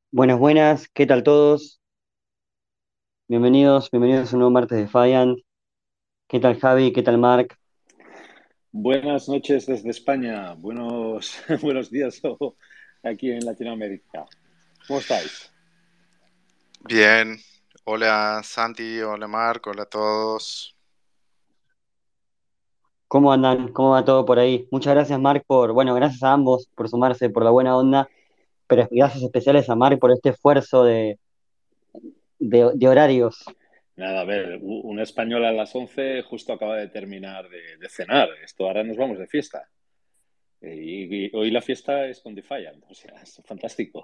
Buenas, buenas, ¿qué tal todos? Bienvenidos a un nuevo martes de Defiant. ¿Qué tal Javi? ¿Qué tal Mark? Buenas noches desde España, buenos días aquí en Latinoamérica. ¿Cómo estáis? Bien, hola Santi, hola Marco, hola a todos. ¿Cómo andan? ¿Cómo va todo por ahí? Muchas gracias Mark bueno, gracias a ambos por sumarse, por la buena onda, pero gracias especiales a Mark por este esfuerzo de horarios. Nada, a ver, un español a las 11 justo acaba de terminar de cenar. Esto ahora nos vamos de fiesta. Y hoy la fiesta es con Defiant, o sea, es fantástico.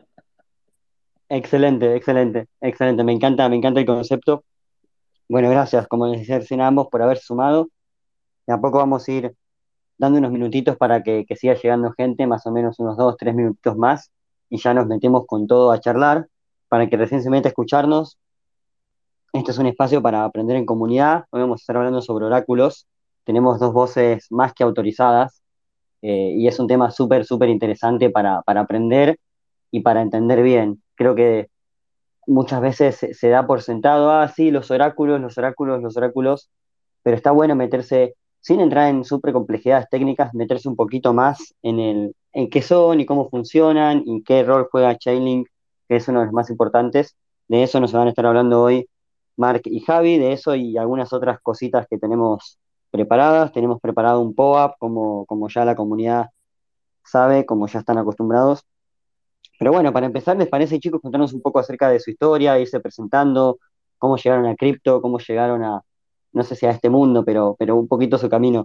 Excelente, excelente, excelente. Me encanta el concepto. Bueno, gracias, como les decía recién a ambos, por haberse sumado. De a poco vamos a ir dando unos minutitos para que siga llegando gente, más o menos unos 2, 3 minutitos más, y ya nos metemos con todo a charlar, para que recién se meta a escucharnos. Este es un espacio para aprender en comunidad. Hoy vamos a estar hablando sobre oráculos. Tenemos dos voces más que autorizadas, y es un tema súper, súper interesante para aprender y para entender bien. Creo que muchas veces se da por sentado, ah, sí, los oráculos, los oráculos, los oráculos, pero está bueno meterse, sin entrar en súper complejidades técnicas, meterse un poquito más en qué son y cómo funcionan y qué rol juega Chainlink, que es uno de los más importantes. De eso nos van a estar hablando hoy Mark y Javi, de eso y algunas otras cositas que tenemos preparadas. Tenemos preparado un POAP, como ya la comunidad sabe, como ya están acostumbrados. Pero bueno, para empezar, ¿les parece, chicos, contarnos un poco acerca de su historia, irse presentando, cómo llegaron a cripto, cómo llegaron a, no sé si a este mundo, pero un poquito su camino?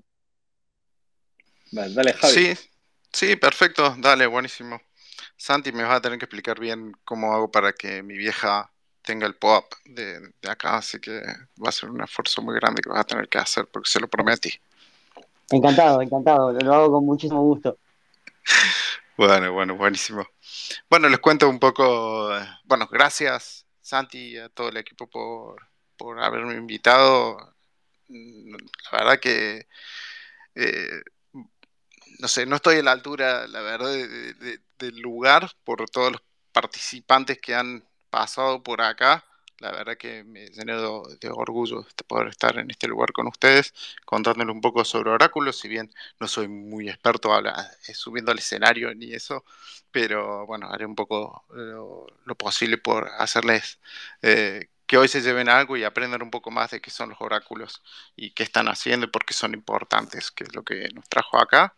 Vale, dale, Javi. Sí, sí, perfecto, dale, buenísimo. Santi, me vas a tener que explicar bien cómo hago para que mi vieja tenga el POAP de acá, así que va a ser un esfuerzo muy grande que vas a tener que hacer porque se lo prometí. Encantado, encantado, lo hago con muchísimo gusto. Bueno, bueno, buenísimo. Bueno, les cuento un poco, bueno, gracias Santi y a todo el equipo por haberme invitado. La verdad que eh, no sé, no estoy a la altura, la verdad, del lugar por todos los participantes que han pasado por acá. La verdad que me lleno de orgullo de poder estar en este lugar con ustedes, contándoles un poco sobre oráculos, si bien no soy muy experto subiendo al escenario ni eso, pero bueno, haré un poco lo posible por hacerles que hoy se lleven algo y aprendan un poco más de qué son los oráculos y qué están haciendo y por qué son importantes, que es lo que nos trajo acá.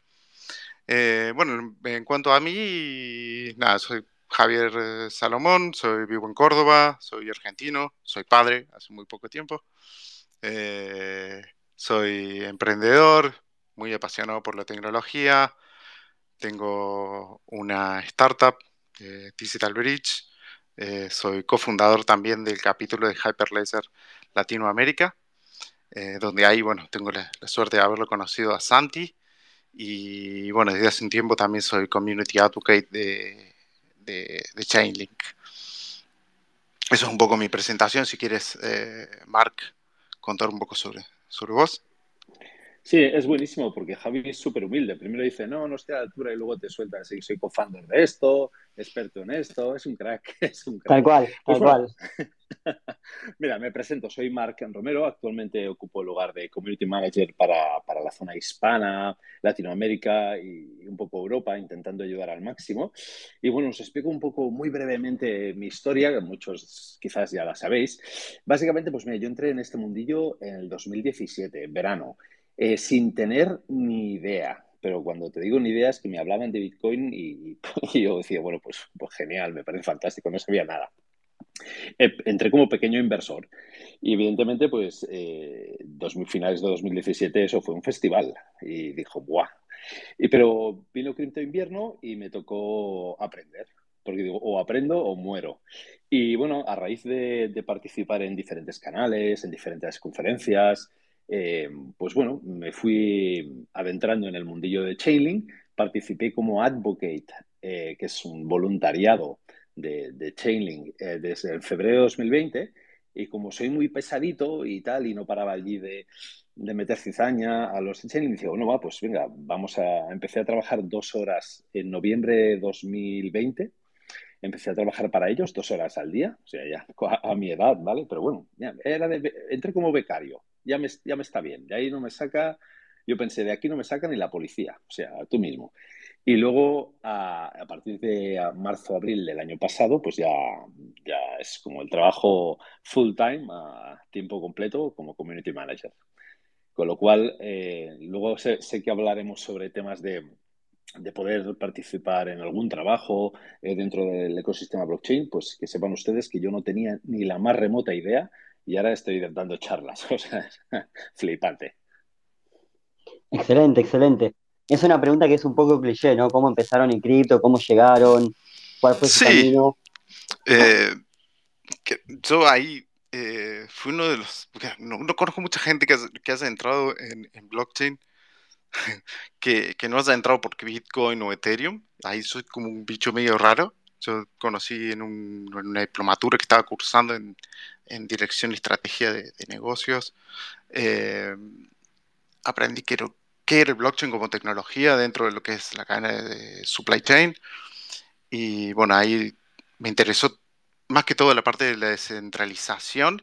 Bueno, en cuanto a mí, nada, soy Javier Salomón, soy vivo en Córdoba, soy argentino, soy padre hace muy poco tiempo. Eh, Soy emprendedor, muy apasionado por la tecnología. Tengo una startup, Digital Bridge. Soy cofundador también del capítulo de Hyperledger Latinoamérica, donde ahí, bueno, tengo la suerte de haberlo conocido a Santi y bueno, desde hace un tiempo también soy community advocate de Chainlink. Eso es un poco mi presentación. Si quieres, Mark, contar un poco sobre vos. Sí, es buenísimo porque Javi es súper humilde. Primero dice, no, no estoy a la altura y luego te suelta así, soy co-founder de esto, experto en esto, es un crack, es un Tal crack. cual, Pues tal bueno, cual. mira, me presento, soy Marc Romero, actualmente ocupo el lugar de Community Manager para la zona hispana, Latinoamérica y un poco Europa, intentando ayudar al máximo. Y bueno, os explico un poco muy brevemente mi historia, que muchos quizás ya la sabéis. Básicamente, pues mira, yo entré en este mundillo en el 2017, en verano, sin tener ni idea. Pero cuando te digo ni idea es que me hablaban de Bitcoin y yo decía, bueno, pues genial, me parece fantástico, no sabía nada. Entré como pequeño inversor y evidentemente pues finales de 2017 eso fue un festival y dijo, ¡buah! Pero vino Cripto Invierno y me tocó aprender, porque digo, o aprendo o muero. Y bueno, a raíz de participar en diferentes canales, en diferentes conferencias, pues bueno, me fui adentrando en el mundillo de Chainlink, participé como advocate, que es un voluntariado de Chainlink, desde el febrero de 2020, y como soy muy pesadito y tal, y no paraba allí de meter cizaña a los Chainlink, y dije, bueno, va, pues venga, empecé a trabajar 2 horas en noviembre de 2020 empecé a trabajar para ellos 2 horas al día, o sea, ya a mi edad, ¿vale? Pero bueno, ya, entré como becario, ya me está bien, de ahí no me saca, yo pensé, de aquí no me saca ni la policía, o sea, tú mismo. Y luego, a partir de marzo-abril del año pasado, pues ya es como el trabajo full time, a tiempo completo, como community manager. Con lo cual, luego sé que hablaremos sobre temas de poder participar en algún trabajo dentro del ecosistema blockchain, pues que sepan ustedes que yo no tenía ni la más remota idea y ahora estoy dando charlas, o sea, es flipante. Excelente, excelente. Es una pregunta que es un poco cliché, ¿no? ¿Cómo empezaron en cripto? ¿Cómo llegaron? ¿Cuál fue su Sí, camino? eh, yo ahí fui uno de los, porque no conozco mucha gente que haya entrado en blockchain, que no haya entrado por Bitcoin o Ethereum. Ahí soy como un bicho medio raro. Yo conocí en una diplomatura que estaba cursando en dirección y estrategia de negocios. Eh, aprendí qué era el blockchain como tecnología dentro de lo que es la cadena de supply chain. Y bueno, ahí me interesó más que todo la parte de la descentralización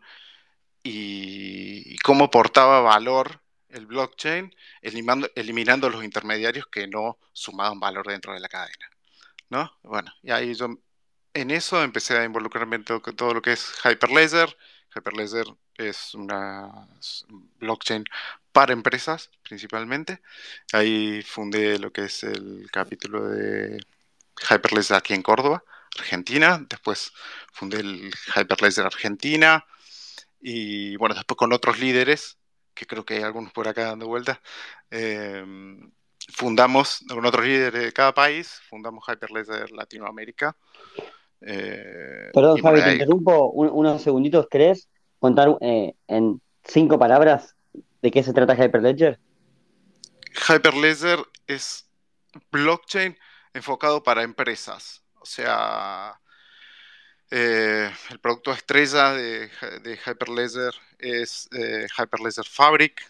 y cómo aportaba valor el blockchain, eliminando los intermediarios que no sumaban valor dentro de la cadena, ¿no? Bueno, y ahí yo en eso empecé a involucrarme en todo lo que es Hyperledger. Hyperledger es una blockchain para empresas principalmente. Ahí fundé lo que es el capítulo de Hyperledger aquí en Córdoba, Argentina. Después fundé el Hyperledger Argentina. Y bueno, después con otros líderes, que creo que hay algunos por acá dando vueltas, eh, fundamos, con otros líderes de cada país, fundamos Hyperledger Latinoamérica. Perdón, Y bueno, Javi, te ahí, interrumpo unos segunditos. ¿Querés contar en 5 palabras de qué se trata Hyperledger? Hyperledger es blockchain enfocado para empresas. O sea, el producto estrella de Hyperledger es Hyperledger Fabric,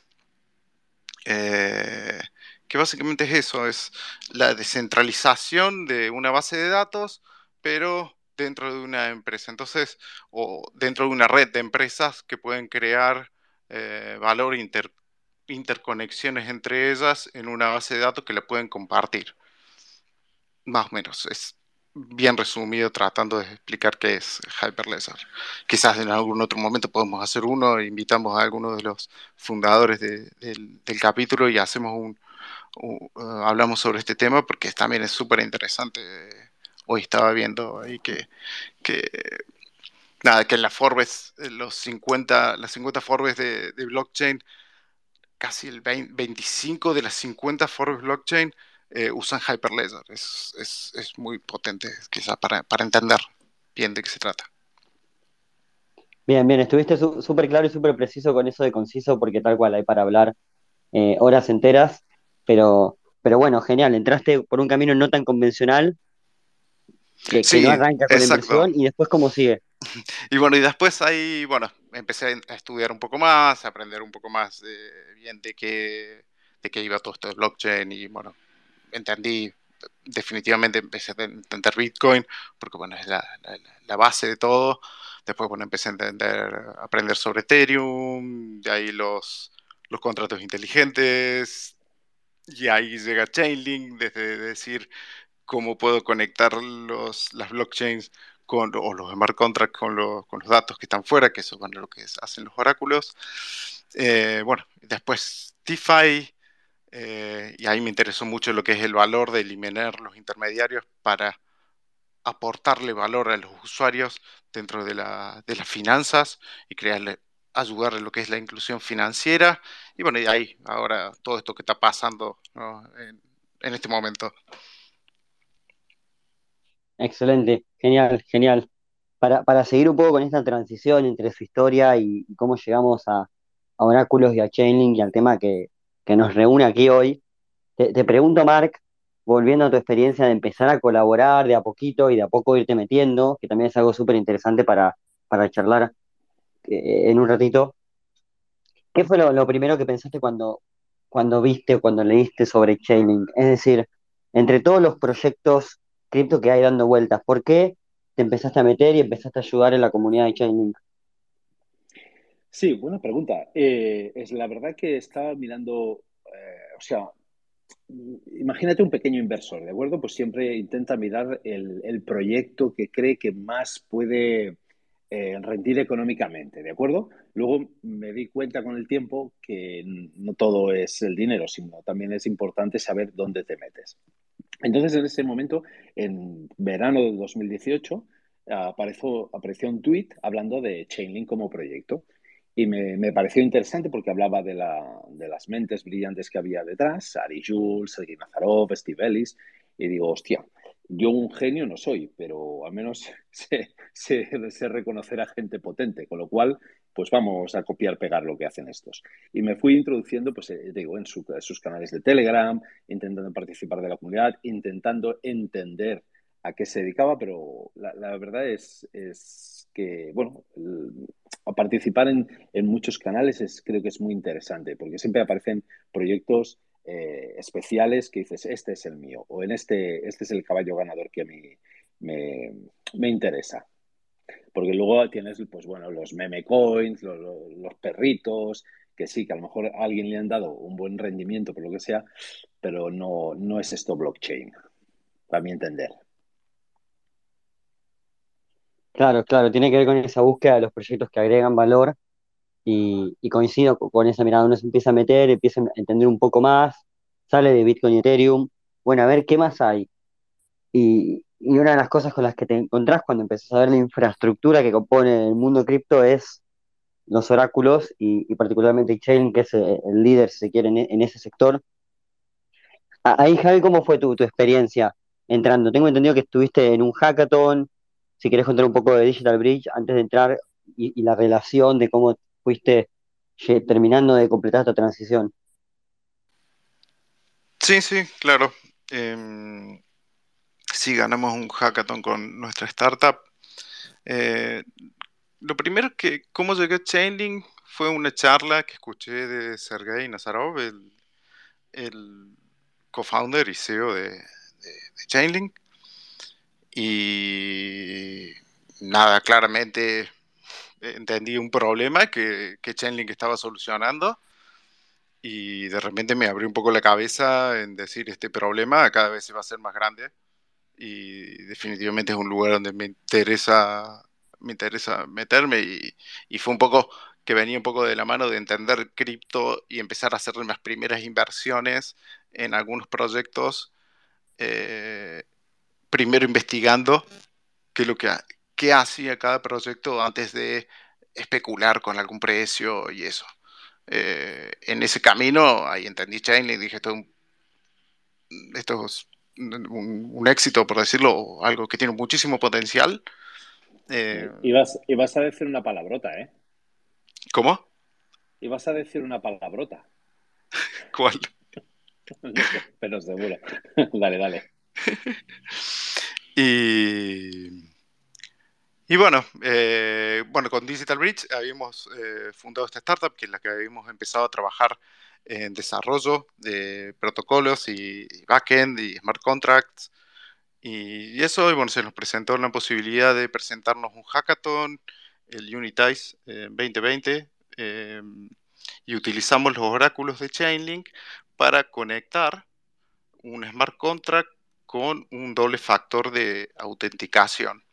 eh, que básicamente es eso, es la descentralización de una base de datos, pero dentro de una empresa. Entonces, o dentro de una red de empresas que pueden crear valor, interconexiones entre ellas en una base de datos que la pueden compartir. Más o menos, es bien resumido tratando de explicar qué es Hyperledger. Quizás en algún otro momento podemos hacer uno, invitamos a algunos de los fundadores del capítulo y hacemos hablamos sobre este tema porque también es súper interesante. Hoy estaba viendo ahí que nada, que en la Forbes, las 50 Forbes de blockchain, casi el 25 de las 50 Forbes blockchain usan Hyperledger. Es muy potente, quizás para entender bien de qué se trata. Bien, bien, estuviste súper claro y súper preciso con eso de conciso, porque tal cual hay para hablar horas enteras, pero bueno, genial, entraste por un camino no tan convencional, que no Sí, arranca con la exacto. inversión, y después cómo sigue. Y bueno, y después ahí, bueno, empecé a estudiar un poco más, a aprender un poco más bien de qué iba todo esto de blockchain y bueno, entendí, definitivamente empecé a entender Bitcoin, porque bueno, es la base de todo. Después, bueno, empecé a aprender sobre Ethereum, de ahí los contratos inteligentes, y ahí llega Chainlink, desde decir cómo puedo conectar las blockchains o los smart contracts con los datos que están fuera, que eso es bueno, lo que hacen los oráculos. Bueno, después DeFi, y ahí me interesó mucho lo que es el valor de eliminar los intermediarios para aportarle valor a los usuarios dentro de las finanzas y ayudarle a lo que es la inclusión financiera. Y bueno, y ahí ahora todo esto que está pasando, ¿no? en este momento. Excelente, genial, genial. Para seguir un poco con esta transición entre su historia y cómo llegamos a Oráculos y a Chainlink y al tema que nos reúne aquí hoy, te pregunto, Mark, volviendo a tu experiencia de empezar a colaborar de a poquito y de a poco irte metiendo, que también es algo súper interesante para charlar en un ratito, ¿qué fue lo primero que pensaste cuando viste o cuando leíste sobre Chainlink? Es decir, entre todos los proyectos cripto que hay dando vueltas, ¿por qué te empezaste a meter y empezaste a ayudar en la comunidad de Chainlink? Sí, buena pregunta. Es la verdad que estaba mirando, o sea, imagínate un pequeño inversor, ¿de acuerdo? Pues siempre intenta mirar el proyecto que cree que más puede rendir económicamente, ¿de acuerdo? Luego me di cuenta con el tiempo que no todo es el dinero, sino también es importante saber dónde te metes. Entonces, en ese momento, en verano de 2018, apareció un tweet hablando de Chainlink como proyecto. Y me pareció interesante porque hablaba de las mentes brillantes que había detrás, Ari Jules, Sergey Nazarov, Steve Ellis, y digo, hostia, yo un genio no soy, pero al menos sé reconocer a gente potente, con lo cual, pues vamos a copiar, pegar lo que hacen estos. Y me fui introduciendo, pues digo, en sus canales de Telegram, intentando participar de la comunidad, intentando entender a qué se dedicaba, pero la verdad es que, bueno, a participar en muchos canales creo que es muy interesante, porque siempre aparecen proyectos especiales que dices, este es el mío, o este es el caballo ganador que a mí me, me interesa. Porque luego tienes, pues bueno, los meme coins, los perritos, que sí, que a lo mejor a alguien le han dado un buen rendimiento por lo que sea, pero no es esto blockchain, para mi entender. Claro, claro, tiene que ver con esa búsqueda de los proyectos que agregan valor y coincido con esa mirada, uno se empieza a meter, empieza a entender un poco más, sale de Bitcoin y Ethereum, bueno, a ver qué más hay. Y una de las cosas con las que te encontrás cuando empezás a ver la infraestructura que compone el mundo cripto es los oráculos y particularmente Chain, que es el líder, si se quiere, en ese sector. Ahí, Javi, ¿cómo fue tu experiencia entrando? Tengo entendido que estuviste en un hackathon, si querés contar un poco de Digital Bridge antes de entrar y la relación de cómo fuiste terminando de completar esta transición. Sí, sí, claro. Em, sí, ganamos un hackathon con nuestra startup. Eh, lo primero cómo llegué a Chainlink fue una charla que escuché de Sergey Nazarov, el co-founder y CEO de Chainlink. Y nada, claramente entendí un problema que Chainlink estaba solucionando y de repente me abrió un poco la cabeza en decir este problema cada vez se va a hacer más grande y definitivamente es un lugar donde me interesa meterme y fue un poco que venía un poco de la mano de entender cripto y empezar a hacer las primeras inversiones en algunos proyectos, eh, primero investigando qué es lo qué hacía cada proyecto antes de especular con algún precio y eso. En ese camino, ahí entendí Chainlink, dije, esto es un éxito, por decirlo, o algo que tiene muchísimo potencial. Eh, Ibas a decir una palabrota, ¿eh? ¿Cómo? Ibas a decir una palabrota. ¿Cuál? No sé, pero seguro. Dale, dale. Y, y bueno, bueno, con Digital Bridge habíamos fundado esta startup, que es la que habíamos empezado a trabajar en desarrollo de protocolos y backend y smart contracts. Y eso, y bueno, se nos presentó la posibilidad de presentarnos un hackathon, el Unitize 2020, y utilizamos los oráculos de Chainlink para conectar un smart contract con un doble factor de autenticación.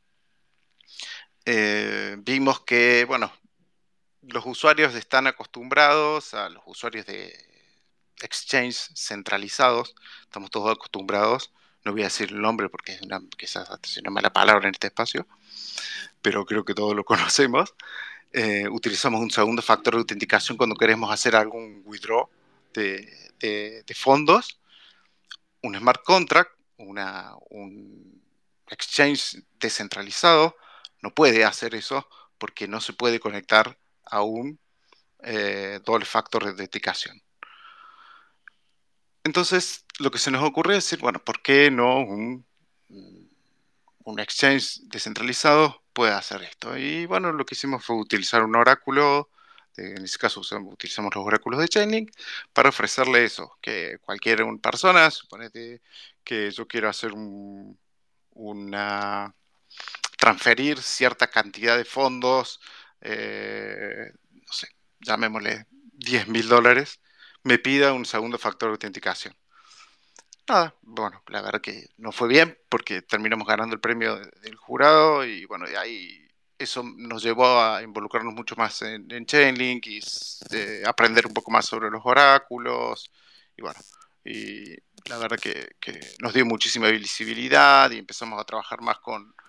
Vimos que, bueno, los usuarios están acostumbrados a los usuarios de exchange centralizados, estamos todos acostumbrados, no voy a decir el nombre porque quizás es una mala palabra en este espacio, pero creo que todos lo conocemos. Utilizamos un segundo factor de autenticación cuando queremos hacer algún withdraw de fondos, un smart contract, un exchange descentralizado, no puede hacer eso porque no se puede conectar a un doble factor de autenticación. Entonces, lo que se nos ocurre es decir, bueno, ¿por qué no un exchange descentralizado puede hacer esto? Y bueno, lo que hicimos fue utilizar un oráculo, en este caso utilizamos los oráculos de Chainlink, para ofrecerle eso, que cualquier persona, suponete que yo quiero hacer una transferir cierta cantidad de fondos, no sé, llamémosle $10.000, me pida un segundo factor de autenticación. Nada, bueno, la verdad que no fue bien porque terminamos ganando el premio del jurado y bueno, de ahí eso nos llevó a involucrarnos mucho más en Chainlink y aprender un poco más sobre los oráculos y bueno, y la verdad que nos dio muchísima visibilidad y empezamos a trabajar más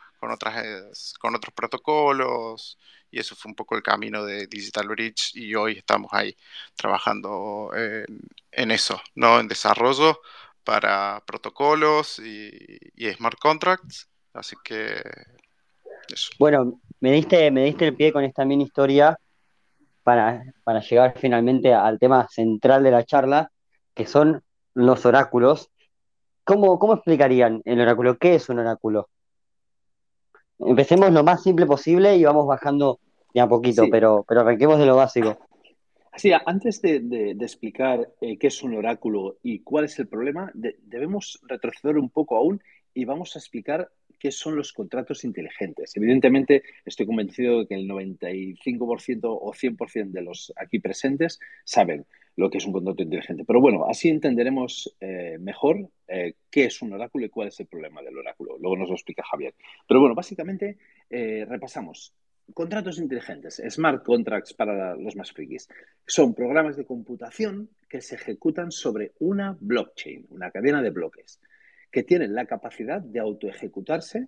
con otros protocolos y eso fue un poco el camino de Digital Bridge y hoy estamos ahí trabajando en eso, ¿no? En desarrollo para protocolos y smart contracts. Así que eso. Bueno, me diste el pie con esta mini historia para llegar finalmente al tema central de la charla, que son los oráculos. ¿Cómo explicarían el oráculo? ¿Qué es un oráculo? Empecemos lo más simple posible y vamos bajando de a poquito, Sí, pero arranquemos de lo básico. sí, antes de explicar qué es un oráculo y cuál es el problema, debemos retroceder un poco aún y vamos a explicar qué son los contratos inteligentes. Evidentemente, estoy convencido de que el 95% o 100% de los aquí presentes saben lo que es un contrato inteligente. Pero bueno, así entenderemos mejor qué es un oráculo y cuál es el problema del oráculo. Luego nos lo explica Javier. Pero bueno, básicamente repasamos. Contratos inteligentes, smart contracts para los más frikis. Son programas de computación que se ejecutan sobre una blockchain, una cadena de bloques, que tienen la capacidad de autoejecutarse,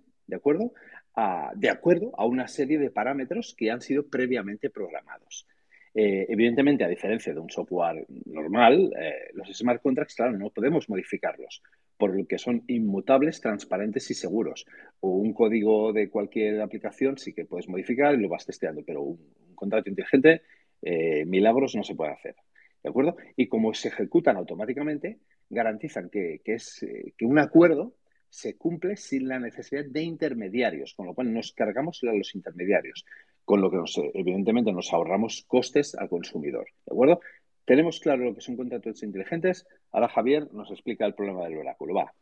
de acuerdo a una serie de parámetros que han sido previamente programados. Evidentemente, a diferencia de un software normal, los smart contracts, claro, no podemos modificarlos, por lo que son inmutables, transparentes y seguros. O un código de cualquier aplicación sí que puedes modificar y lo vas testeando, pero un contrato inteligente milagros no se puede hacer. ¿De acuerdo? Y como se ejecutan automáticamente, garantizan que un acuerdo se cumple sin la necesidad de intermediarios, con lo cual nos cargamos a los intermediarios, con lo que evidentemente nos ahorramos costes al consumidor. ¿De acuerdo? Tenemos claro lo que son contratos inteligentes. Ahora Javier nos explica el problema del oráculo. Va.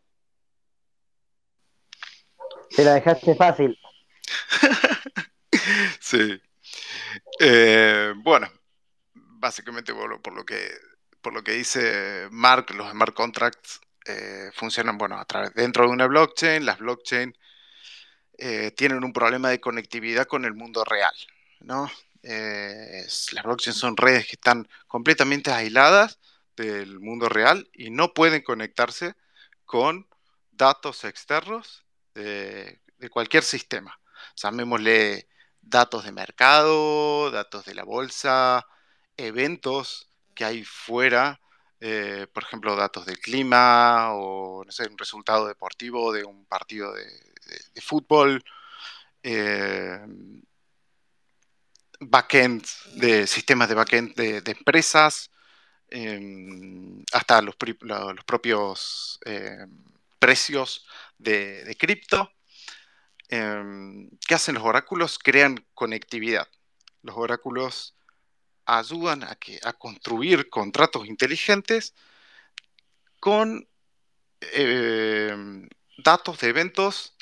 Te la dejaste fácil. Sí. Bueno, básicamente por lo que dice Mark, los smart contracts funcionan bueno, dentro de una blockchain. Las blockchain tienen un problema de conectividad con el mundo real, ¿no? Las blockchains son redes que están completamente aisladas del mundo real y no pueden conectarse con datos externos de cualquier sistema. Llamémosle datos de mercado, datos de la bolsa, eventos que hay fuera, por ejemplo, datos del clima o no sé, un resultado deportivo de un partido de fútbol, eh, backend de sistemas de backend de empresas, hasta los propios precios de cripto. ¿Qué hacen los oráculos? Crean conectividad. Los oráculos ayudan a construir contratos inteligentes con datos de eventos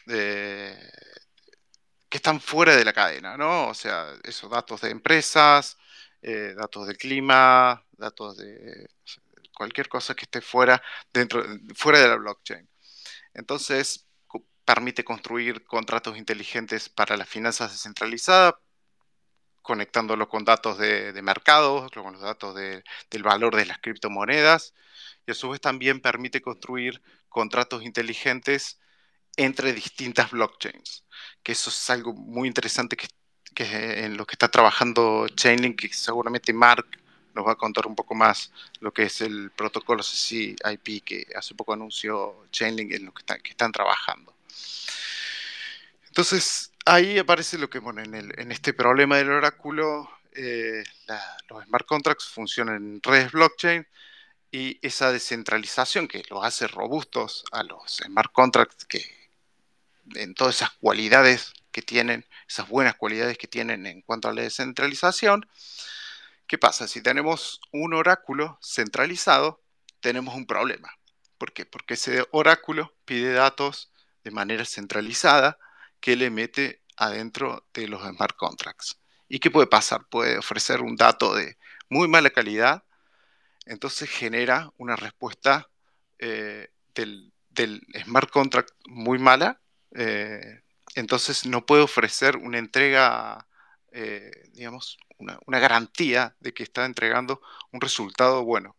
que están fuera de la cadena, ¿no? O sea, esos datos de empresas, datos de clima, datos de cualquier cosa que esté fuera de la blockchain. Entonces, permite construir contratos inteligentes para las finanzas descentralizadas, conectándolo con datos de mercados, con los datos del valor de las criptomonedas, y a su vez también permite construir contratos inteligentes entre distintas blockchains, que eso es algo muy interesante que en lo que está trabajando Chainlink, que seguramente Mark nos va a contar un poco más lo que es el protocolo CC/IP que hace poco anunció Chainlink en lo que están trabajando. Entonces, ahí aparece lo que, bueno, en este problema del oráculo, los smart contracts funcionan en redes blockchain y esa descentralización que los hace robustos a los smart contracts, que en todas esas cualidades que tienen, esas buenas cualidades que tienen en cuanto a la descentralización. ¿Qué pasa? Si tenemos un oráculo centralizado, tenemos un problema. ¿Por qué? Porque ese oráculo pide datos de manera centralizada que le mete adentro de los smart contracts. ¿Y qué puede pasar? Puede ofrecer un dato de muy mala calidad, entonces genera una respuesta del smart contract muy mala, entonces no puede ofrecer una entrega, digamos, una garantía de que está entregando un resultado bueno.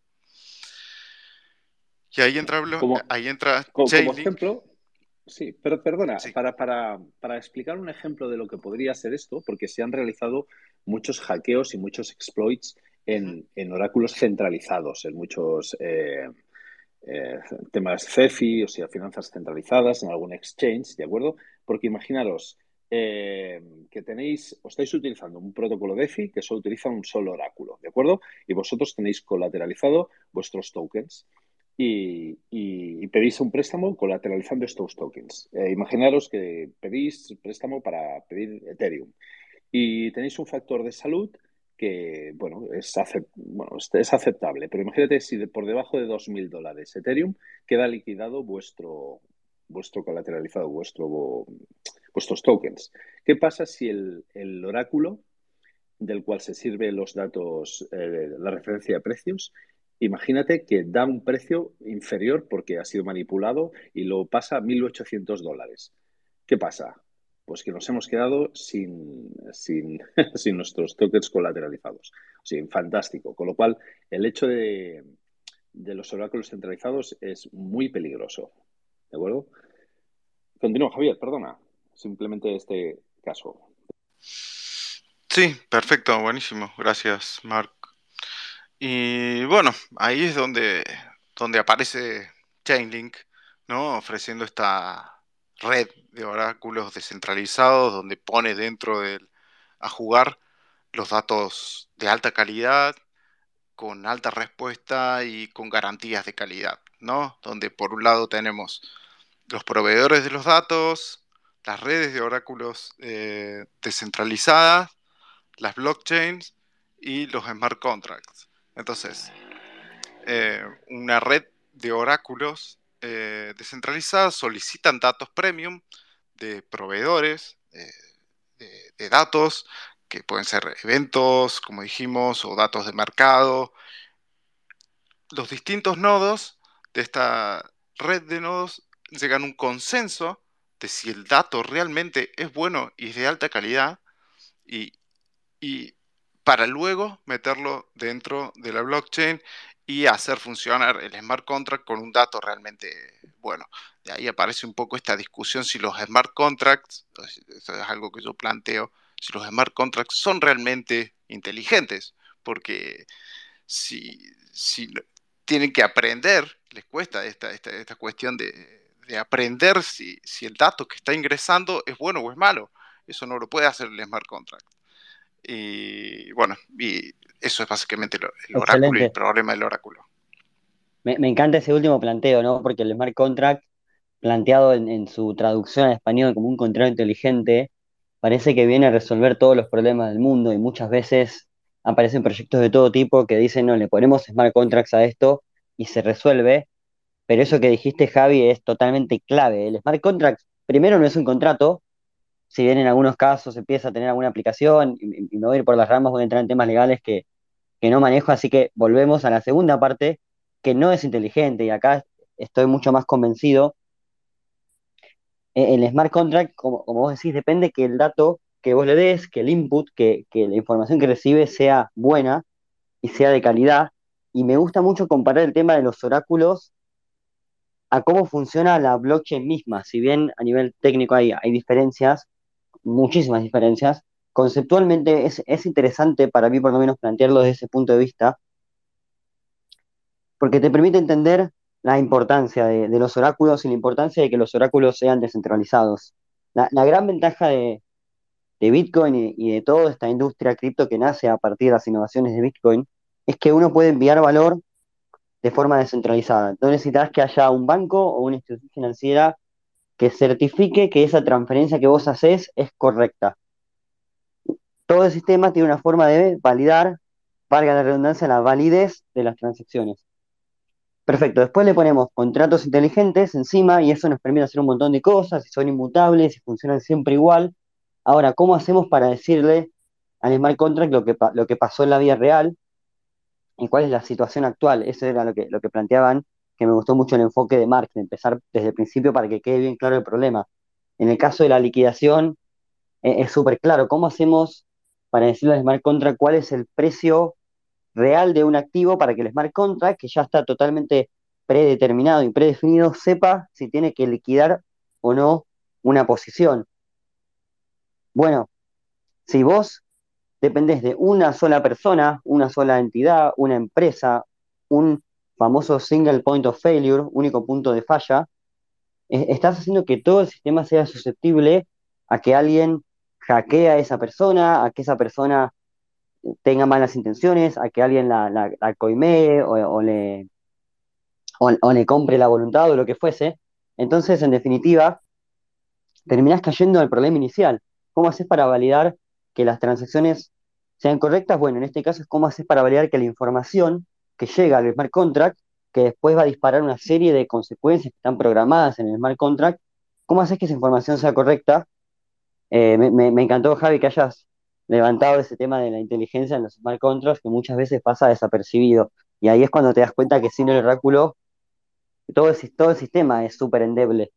Y Como, ahí entra como Chainlink. ejemplo, sí, pero perdona, Sí. para explicar un ejemplo de lo que podría ser esto, porque se han realizado muchos hackeos y muchos exploits Ujú. en oráculos centralizados, en muchos eh, temas CeFi, o sea, finanzas centralizadas, en algún exchange, ¿de acuerdo? Porque imaginaros que tenéis, o estáis utilizando un protocolo DeFi que solo utiliza un solo oráculo, ¿de acuerdo? Y vosotros tenéis colateralizado vuestros tokens y pedís un préstamo colateralizando estos tokens. Imaginaros que pedís préstamo para pedir Ethereum y tenéis un factor de salud que, bueno, es aceptable, pero imagínate si por debajo de $2.000 Ethereum queda liquidado vuestro colateralizado, vuestros tokens. ¿Qué pasa si el oráculo del cual se sirven los datos, la referencia de precios, imagínate que da un precio inferior porque ha sido manipulado y lo pasa a $1.800? ¿Qué pasa? Pues que nos hemos quedado sin nuestros tokens colateralizados. O sea, fantástico. Con lo cual, el hecho de los oráculos centralizados es muy peligroso. ¿De acuerdo? Continúa, Javier, perdona. Simplemente este caso. Sí, perfecto, buenísimo. Gracias, Mark. Y bueno, ahí es donde aparece Chainlink, ¿no? Ofreciendo esta red de oráculos descentralizados donde pone a jugar los datos de alta calidad, con alta respuesta y con garantías de calidad, ¿no? Donde por un lado tenemos los proveedores de los datos, las redes de oráculos descentralizadas, las blockchains y los smart contracts. Entonces, una red de oráculos descentralizadas solicitan datos premium de proveedores de datos, que pueden ser eventos, como dijimos, o datos de mercado. Los distintos nodos de esta red de nodos llegan a un consenso de si el dato realmente es bueno y es de alta calidad, y, y para luego meterlo dentro de la blockchain y hacer funcionar el smart contract con un dato realmente bueno. De ahí aparece un poco esta discusión si los smart contracts, eso es algo que yo planteo, si los smart contracts son realmente inteligentes, porque si tienen que aprender, les cuesta esta cuestión de aprender si el dato que está ingresando es bueno o es malo. Eso no lo puede hacer el smart contract. Y bueno, y eso es básicamente el oráculo y el Excelente. problema del oráculo. Me encanta ese último planteo, ¿no? Porque el smart contract, planteado en su traducción al español como un contrato inteligente, parece que viene a resolver todos los problemas del mundo y muchas veces aparecen proyectos de todo tipo que dicen, no, le ponemos smart contracts a esto y se resuelve, pero eso que dijiste, Javi, es totalmente clave. El smart contract, primero, no es un contrato, si bien en algunos casos empieza a tener alguna aplicación, y me voy a ir por las ramas, voy a entrar en temas legales que no manejo, así que volvemos a la segunda parte, que no es inteligente, y acá estoy mucho más convencido. El smart contract, como vos decís, depende que el dato que vos le des, que el input, que la información que recibe sea buena y sea de calidad. Y me gusta mucho comparar el tema de los oráculos a cómo funciona la blockchain misma. Si bien a nivel técnico hay diferencias, muchísimas diferencias, conceptualmente es interesante para mí por lo menos plantearlo desde ese punto de vista, porque te permite entender la importancia de los oráculos y la importancia de que los oráculos sean descentralizados. La gran ventaja de Bitcoin y de toda esta industria cripto que nace a partir de las innovaciones de Bitcoin es que uno puede enviar valor de forma descentralizada. No necesitas que haya un banco o una institución financiera que certifique que esa transferencia que vos haces es correcta. Todo el sistema tiene una forma de validar, valga la redundancia, la validez de las transacciones. Perfecto, después le ponemos contratos inteligentes encima y eso nos permite hacer un montón de cosas, y son inmutables y funcionan siempre igual. Ahora, ¿cómo hacemos para decirle al smart contract lo que pasó en la vida real y cuál es la situación actual? Eso era lo que planteaban, que me gustó mucho el enfoque de Marx, de empezar desde el principio para que quede bien claro el problema. En el caso de la liquidación, es súper claro. ¿Cómo hacemos para decirle al smart contract cuál es el precio real de un activo para que el smart contract, que ya está totalmente predeterminado y predefinido, sepa si tiene que liquidar o no una posición? Bueno, si vos dependés de una sola persona, una sola entidad, una empresa, un famoso single point of failure, único punto de falla, estás haciendo que todo el sistema sea susceptible a que alguien hackee a esa persona, a que esa persona tenga malas intenciones, a que alguien la coimee o le compre la voluntad o lo que fuese. Entonces, en definitiva, terminás cayendo al problema inicial. ¿Cómo haces para validar que las transacciones sean correctas? Bueno, en este caso es cómo haces para validar que la información que llega al smart contract, que después va a disparar una serie de consecuencias que están programadas en el smart contract, ¿cómo haces que esa información sea correcta? Me encantó, Javi, que hayas levantado ese tema de la inteligencia en los smart contracts, que muchas veces pasa desapercibido. Y ahí es cuando te das cuenta que sin el oráculo todo el sistema es súper endeble.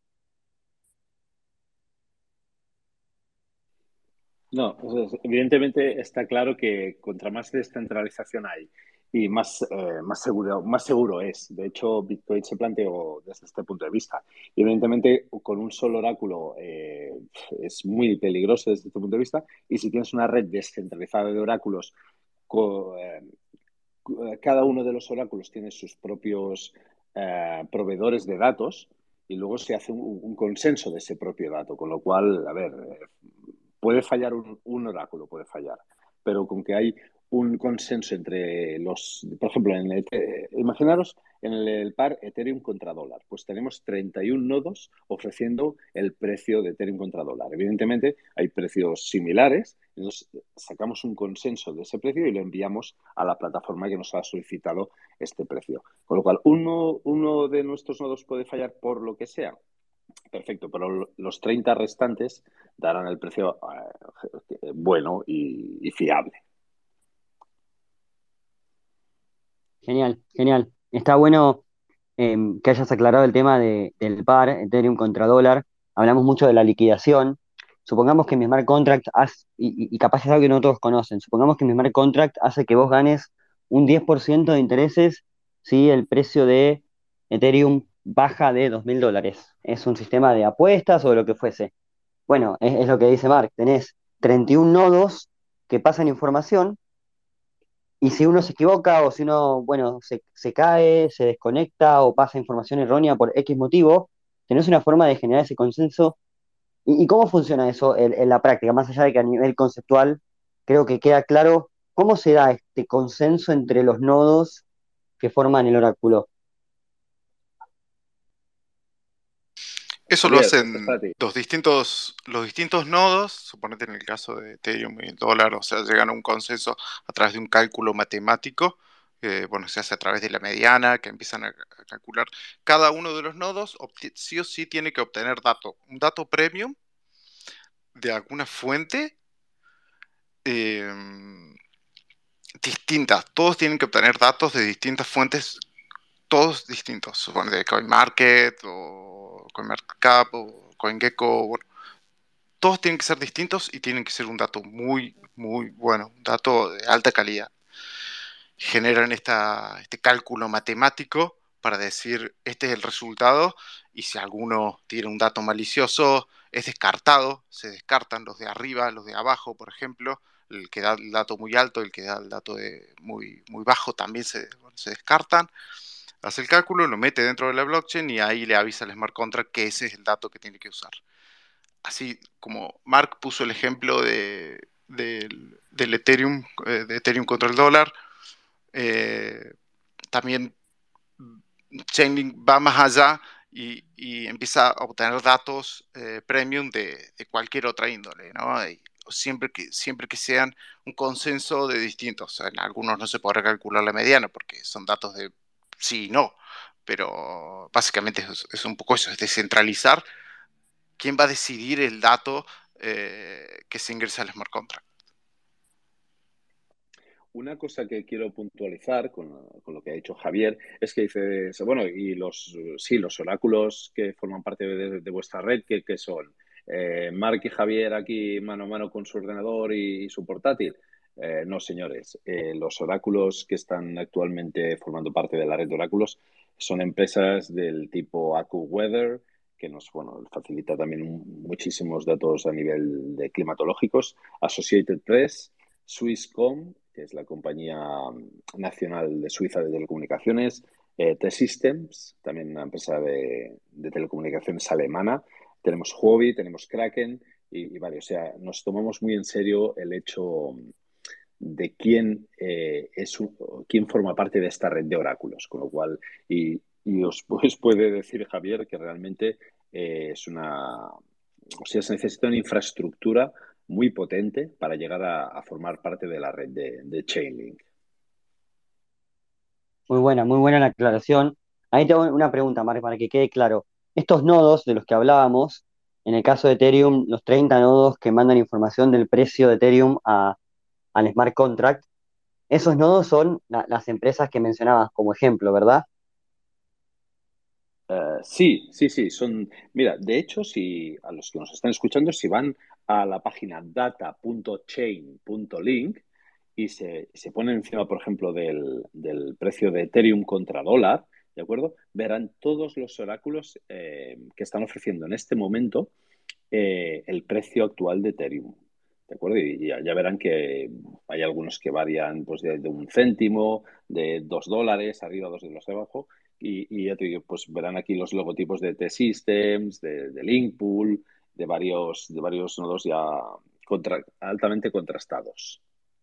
No, evidentemente está claro que contra más descentralización hay y más seguro es. De hecho, Bitcoin se planteó desde este punto de vista. Y evidentemente, con un solo oráculo es muy peligroso desde este punto de vista. Y si tienes una red descentralizada de oráculos, co- eh, cada uno de los oráculos tiene sus propios proveedores de datos y luego se hace un consenso de ese propio dato, con lo cual, a ver, puede fallar un oráculo, puede fallar, pero con que hay un consenso entre los, por ejemplo, imaginaros en el par Ethereum contra dólar, pues tenemos 31 nodos ofreciendo el precio de Ethereum contra dólar. Evidentemente hay precios similares, entonces sacamos un consenso de ese precio y lo enviamos a la plataforma que nos ha solicitado este precio. Con lo cual, uno de nuestros nodos puede fallar por lo que sea. Perfecto, pero los 30 restantes darán el precio bueno y fiable. Genial, genial. Está bueno que hayas aclarado el tema del par, Ethereum contra dólar. Hablamos mucho de la liquidación. Supongamos que mi smart contract hace, y capaz es algo que no todos conocen, supongamos que mi smart contract hace que vos ganes un 10% de intereses si el precio de Ethereum baja de $2.000. Es un sistema de apuestas o de lo que fuese. Bueno, es lo que dice Mark. Tenés 31 nodos que pasan información y si uno se equivoca o si uno, bueno, se cae, se desconecta o pasa información errónea por X motivo, tenés una forma de generar ese consenso. ¿Y cómo funciona eso en la práctica? Más allá de que a nivel conceptual creo que queda claro cómo se da este consenso entre los nodos que forman el oráculo. Eso lo Javier, hacen espérate. los distintos nodos, suponete en el caso de Ethereum y el dólar, o sea, llegan a un consenso a través de un cálculo matemático, bueno, se hace a través de la mediana, que empiezan a calcular. Cada uno de los nodos sí o sí tiene que obtener un dato premium de alguna fuente eh, distintas. Todos tienen que obtener datos de distintas fuentes, todos distintos. Suponete de CoinMarket o CoinMarketCap o CoinGecko, bueno, todos tienen que ser distintos y tienen que ser un dato muy, muy bueno, un dato de alta calidad. Generan este cálculo matemático para decir este es el resultado y si alguno tiene un dato malicioso es descartado, se descartan los de arriba, los de abajo, por ejemplo, el que da el dato muy alto, el que da el dato muy, muy bajo también se descartan. Hace el cálculo, lo mete dentro de la blockchain y ahí le avisa al smart contract que ese es el dato que tiene que usar. Así como Mark puso el ejemplo del Ethereum, de Ethereum contra el dólar, eh, también Chainlink va más allá y empieza a obtener datos premium de cualquier otra índole, ¿no? Y siempre que sean un consenso de distintos. En algunos no se podrá calcular la mediana porque son datos de sí y no, pero básicamente es un poco eso, es descentralizar quién va a decidir el dato que se ingresa al smart contract. Una cosa que quiero puntualizar con lo que ha dicho Javier es que dice, bueno, y los oráculos que forman parte de vuestra red, ¿qué son? Mark y Javier aquí mano a mano con su ordenador y su portátil. No, señores. Los oráculos que están actualmente formando parte de la red de oráculos son empresas del tipo AccuWeather, que nos facilita también muchísimos datos a nivel de climatológicos, Associated Press, Swisscom, que es la compañía nacional de Suiza de telecomunicaciones, T-Systems, también una empresa de telecomunicaciones alemana, tenemos Huobi, tenemos Kraken y varios. O sea, nos tomamos muy en serio el hecho de quién forma parte de esta red de oráculos, con lo cual, y os pues puede decir Javier que realmente o sea, se necesita una infraestructura muy potente para llegar a formar parte de la red de Chainlink. Muy buena la aclaración. Ahí tengo una pregunta, Mark, para que quede claro. Estos nodos de los que hablábamos, en el caso de Ethereum, los 30 nodos que mandan información del precio de Ethereum al smart contract, esos nodos son las empresas que mencionabas como ejemplo, ¿verdad? Sí, sí, sí. Mira, de hecho, si a los que nos están escuchando, si van a la página data.chain.link y se ponen encima, por ejemplo, del precio de Ethereum contra dólar, ¿de acuerdo? Verán todos los oráculos que están ofreciendo en este momento el precio actual de Ethereum. ¿De acuerdo? Y ya verán que hay algunos que varían pues, de un céntimo, de $2, arriba, $2 abajo. Y ya te digo, pues verán aquí los logotipos de T-Systems, de Linkpool, de varios nodos ya altamente contrastados.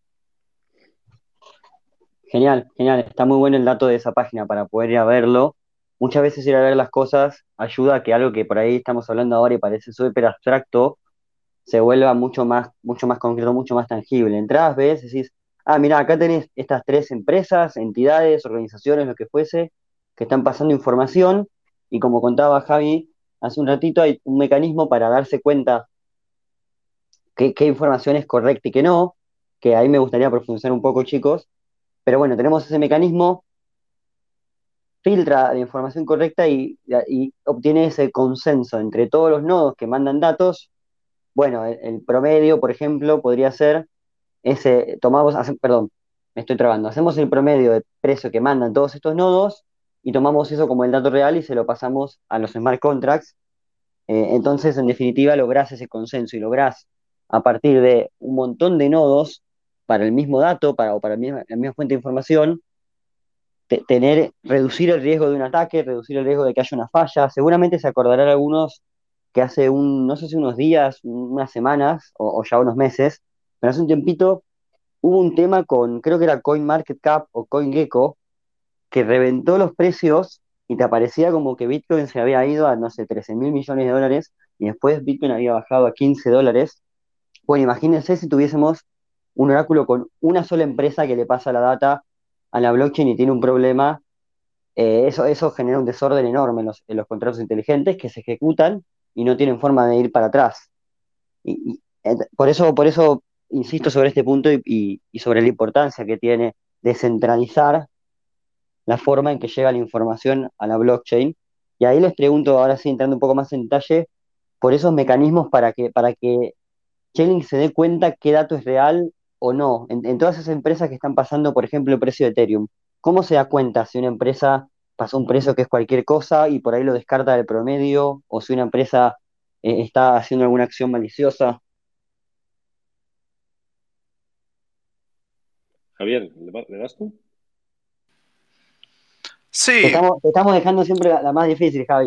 Genial, genial. Está muy bueno el dato de esa página para poder ir a verlo. Muchas veces ir a ver las cosas ayuda a que algo que por ahí estamos hablando ahora y parece súper abstracto se vuelva mucho más concreto, mucho más tangible. Entrás, ves, decís, ah, mira, acá tenés estas tres empresas, entidades, organizaciones, lo que fuese, que están pasando información, y como contaba Javi hace un ratito, hay un mecanismo para darse cuenta qué información es correcta y qué no, que ahí me gustaría profundizar un poco, chicos, pero bueno, tenemos ese mecanismo, filtra la información correcta y obtiene ese consenso entre todos los nodos que mandan datos. Bueno, el promedio, por ejemplo, podría ser perdón, me estoy trabando, hacemos el promedio de precio que mandan todos estos nodos y tomamos eso como el dato real y se lo pasamos a los smart contracts. Entonces, en definitiva, lográs ese consenso y lográs, a partir de un montón de nodos para el mismo dato o para la misma fuente de información, reducir el riesgo de un ataque, reducir el riesgo de que haya una falla. Seguramente se acordarán algunos que no sé si unos días, unas semanas o ya unos meses, pero hace un tiempito hubo un tema creo que era CoinMarketCap o CoinGecko, que reventó los precios y te aparecía como que Bitcoin se había ido a, no sé, 13.000 millones de dólares y después Bitcoin había bajado a $15. Bueno, imagínense si tuviésemos un oráculo con una sola empresa que le pasa la data a la blockchain y tiene un problema. Eso genera un desorden enorme en los contratos inteligentes que se ejecutan y no tienen forma de ir para atrás. Por eso insisto sobre este punto y sobre la importancia que tiene descentralizar la forma en que llega la información a la blockchain. Y ahí les pregunto, ahora sí, entrando un poco más en detalle, por esos mecanismos para que Chainlink se dé cuenta qué dato es real o no. En todas esas empresas que están pasando, por ejemplo, el precio de Ethereum, ¿cómo se da cuenta si una empresa pasó un precio que es cualquier cosa y por ahí lo descarta del promedio, o si una empresa está haciendo alguna acción maliciosa? Javier, ¿le das tú? Sí, Te estamos dejando siempre la más difícil, Javi.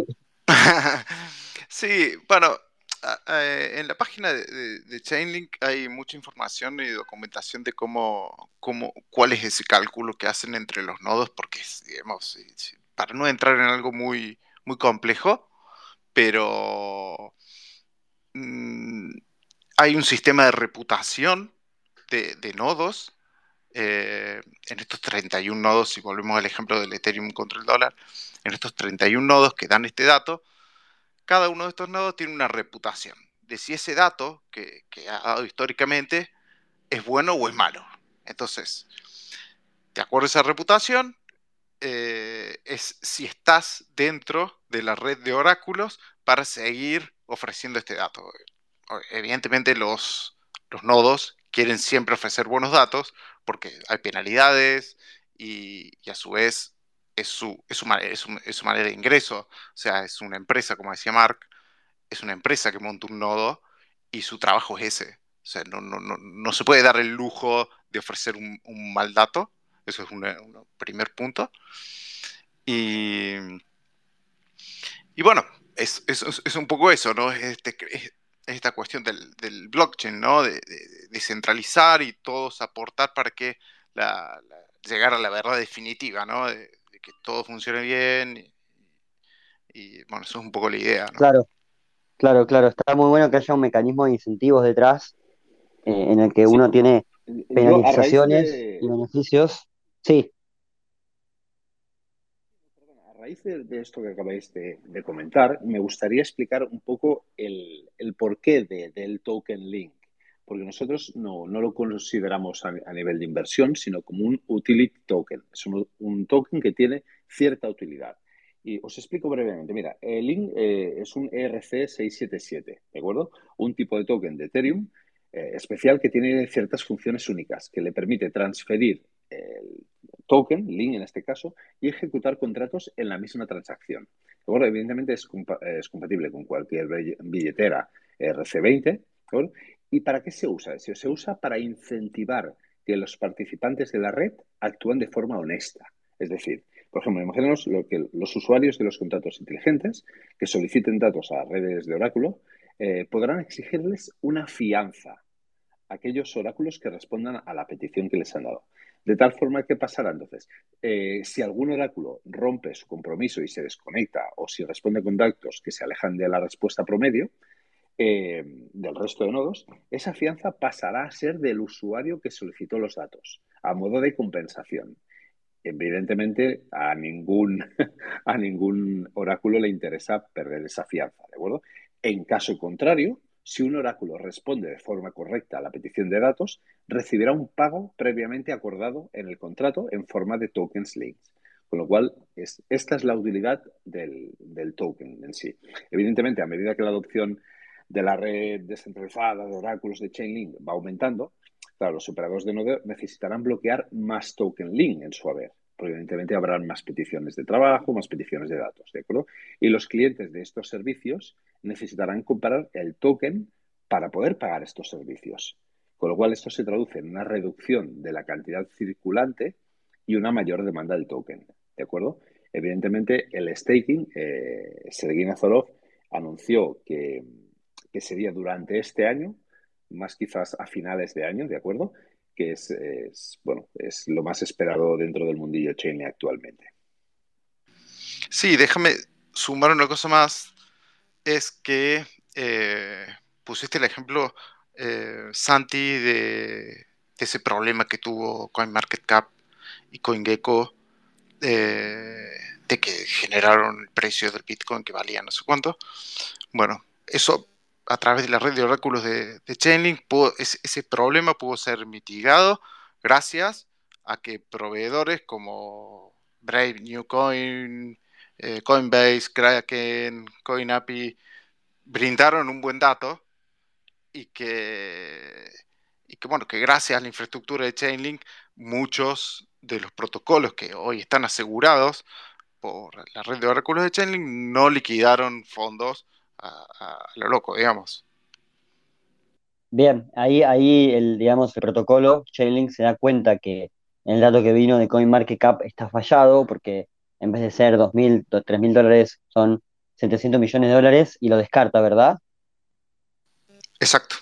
sí, bueno, en la página de Chainlink hay mucha información y documentación de cuál es ese cálculo que hacen entre los nodos, porque, digamos, para no entrar en algo muy, muy complejo, pero mm, hay un sistema de reputación de nodos. En estos 31 nodos, si volvemos al ejemplo del Ethereum contra el dólar, en estos 31 nodos que dan este dato, cada uno de estos nodos tiene una reputación. de si ese dato que ha dado históricamente es bueno o es malo. Entonces, de acuerdo a esa reputación, es si estás dentro de la red de oráculos para seguir ofreciendo este dato. Evidentemente los nodos quieren siempre ofrecer buenos datos porque hay penalidades y a su vez es su manera de ingreso. O sea, es una empresa, como decía Mark, es una empresa que monta un nodo y su trabajo es ese. O sea, no se puede dar el lujo de ofrecer un mal dato. Eso es un primer punto. Y, y bueno, es un poco eso, ¿no? Es esta cuestión del blockchain, ¿no? De centralizar y todos aportar para que llegar a la verdad definitiva, ¿no? De que todo funcione bien. Bueno, eso es un poco la idea, ¿no? Claro, claro, claro. Está muy bueno que haya un mecanismo de incentivos detrás en el que Sí, uno tiene yo a raíz penalizaciones y de, beneficios. Sí, A raíz de esto que acabáis de comentar, me gustaría explicar un poco el porqué del token link, porque nosotros no lo consideramos a nivel de inversión, sino como un utility token. Es un token que tiene cierta utilidad. Y os explico brevemente. Mira, el link es un ERC677, ¿de acuerdo? Un tipo de token de Ethereum especial que tiene ciertas funciones únicas, que le permite transferir el token, link en este caso, y ejecutar contratos en la misma transacción. Luego, evidentemente, es compatible con cualquier billetera RC20. ¿De acuerdo? ¿Y para qué se usa? Se usa para incentivar que los participantes de la red actúen de forma honesta. Es decir, por ejemplo, imaginaos que los usuarios de los contratos inteligentes que soliciten datos a redes de oráculo podrán exigirles una fianza a aquellos oráculos que respondan a la petición que les han dado. De tal forma que pasará entonces, si algún oráculo rompe su compromiso y se desconecta o si responde con datos que se alejan de la respuesta promedio del resto de nodos, esa fianza pasará a ser del usuario que solicitó los datos, a modo de compensación. Evidentemente, a ningún oráculo le interesa perder esa fianza, ¿de acuerdo? En caso contrario, si un oráculo responde de forma correcta a la petición de datos, recibirá un pago previamente acordado en el contrato en forma de tokens links. Con lo cual, esta es la utilidad del token en sí. Evidentemente, a medida que la adopción de la red descentralizada de oráculos de Chainlink va aumentando, claro, los operadores de nodo necesitarán bloquear más token link en su haber, porque evidentemente habrán más peticiones de trabajo, más peticiones de datos, ¿de acuerdo? Y los clientes de estos servicios necesitarán comprar el token para poder pagar estos servicios. Con lo cual, esto se traduce en una reducción de la cantidad circulante y una mayor demanda del token, ¿de acuerdo? Evidentemente, el staking, Sergei Nazarov anunció que sería durante este año, más quizás a finales de año, ¿de acuerdo? Que bueno, es lo más esperado dentro del mundillo Chainlink actualmente. Sí, déjame sumar una cosa más. Es que eh, pusiste el ejemplo, Santi, de ese problema que tuvo CoinMarketCap y CoinGecko, de que generaron el precio del Bitcoin que valía no sé cuánto. Bueno, eso a través de la red de oráculos de Chainlink, ese problema pudo ser mitigado gracias a que proveedores como Brave New Coin, Coinbase, Kraken, CoinAPI brindaron un buen dato y bueno, que gracias a la infraestructura de Chainlink, muchos de los protocolos que hoy están asegurados por la red de oráculos de Chainlink no liquidaron fondos a lo loco, digamos. bien, ahí digamos, el protocolo Chainlink se da cuenta que el dato que vino de CoinMarketCap está fallado porque en vez de ser 2.000, $3.000 son 700 millones de dólares y lo descarta, ¿verdad? Exacto.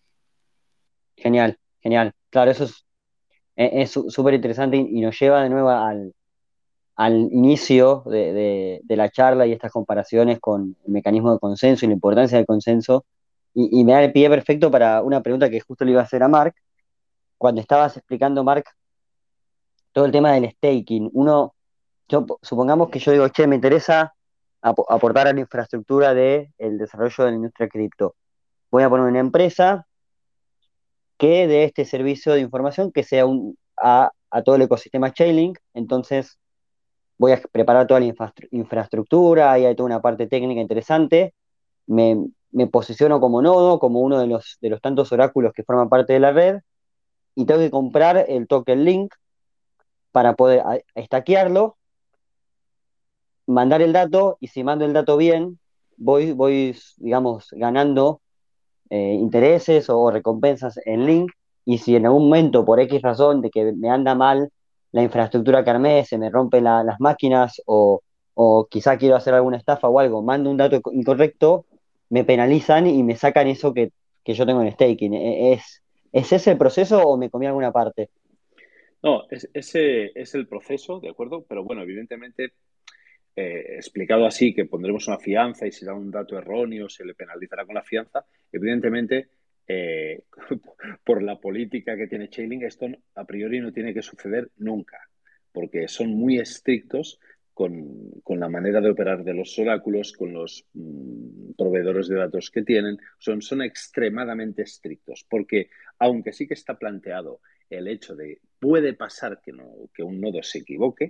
Genial, genial. Claro, eso es súper interesante y nos lleva de nuevo al inicio de la charla y estas comparaciones con el mecanismo de consenso y la importancia del consenso. Y me da el pie perfecto para una pregunta que justo le iba a hacer a Mark. Cuando estabas explicando, Mark, todo el tema del staking, supongamos que yo digo, che, me interesa aportar a la infraestructura del desarrollo de la industria cripto. voy a poner una empresa que dé este servicio de información que sea a todo el ecosistema Chainlink. Entonces voy a preparar toda la infraestructura, y hay toda una parte técnica interesante. Me posiciono como nodo, como uno de los tantos oráculos que forman parte de la red, y tengo que comprar el token link para poder stackearlo, mandar el dato, y si mando el dato bien, digamos, ganando intereses o recompensas en Link. Y si en algún momento, por X razón, de que me anda mal la infraestructura que armé, se me rompen las máquinas, o quizá quiero hacer alguna estafa o algo, mando un dato incorrecto, me penalizan y me sacan eso que yo tengo en staking. ¿Es ese el proceso o me comí alguna parte? No, ese es el proceso, ¿de acuerdo? Pero bueno, evidentemente, explicado así, que pondremos una fianza y si da un dato erróneo se le penalizará con la fianza, evidentemente, eh, por la política que tiene Chainlink, esto a priori no tiene que suceder nunca, porque son muy estrictos con la manera de operar de los oráculos, con los proveedores de datos que tienen, son extremadamente estrictos, porque aunque sí que está planteado el hecho de puede pasar que, no, que un nodo se equivoque,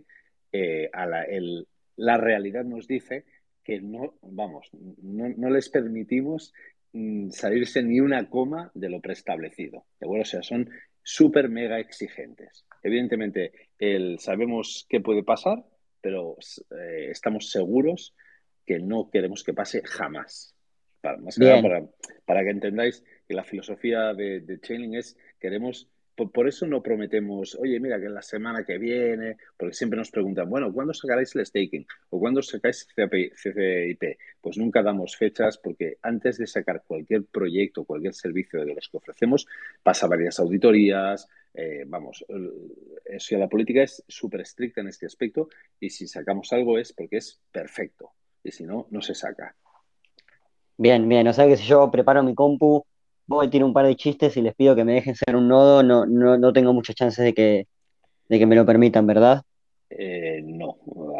la realidad nos dice que no, vamos, no les permitimos salirse ni una coma de lo preestablecido. ¿De acuerdo? O sea, son súper mega exigentes. Evidentemente, sabemos qué puede pasar, pero estamos seguros que no queremos que pase jamás. Más que nada Bien, para que entendáis que la filosofía de Chainlink es queremos por eso no prometemos, oye, mira, que en la semana que viene, porque siempre nos preguntan, bueno, ¿cuándo sacaréis el staking? ¿O cuándo sacáis CCIP? Pues nunca damos fechas porque antes de sacar cualquier proyecto, cualquier servicio de los que ofrecemos, pasa varias auditorías, vamos, eso, la política es súper estricta en este aspecto y si sacamos algo es porque es perfecto y si no, no se saca. bien, bien. O sea que si yo preparo mi compu, voy, tiro un par de chistes y les pido que me dejen ser un nodo, no tengo muchas chances de que me lo permitan, ¿verdad? No,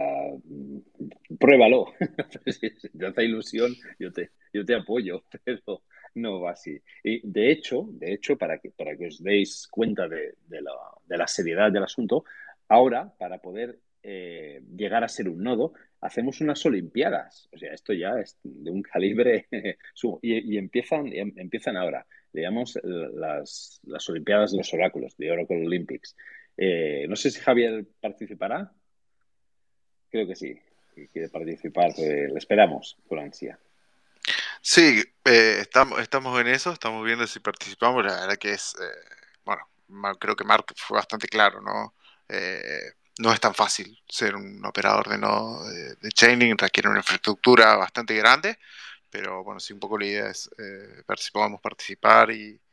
pruébalo. Si te hace ilusión, yo te apoyo, pero no va así. Y de hecho para que os deis cuenta de la seriedad del asunto, ahora, para poder llegar a ser un nodo, hacemos unas Olimpiadas. O sea, esto ya es de un calibre sumo. Y empiezan ahora. Le llamamos las Olimpiadas de los Oráculos, de Oracle Olympics. No sé si Javier participará. Creo que sí, que quiere participar. Le esperamos con ansia. Sí, estamos en eso, estamos viendo si participamos. La verdad que es, bueno, creo que Mark fue bastante claro, ¿no? No es tan fácil ser un operador de Chainlink, requiere una infraestructura bastante grande, pero bueno, sí, un poco la idea es ver si podemos participar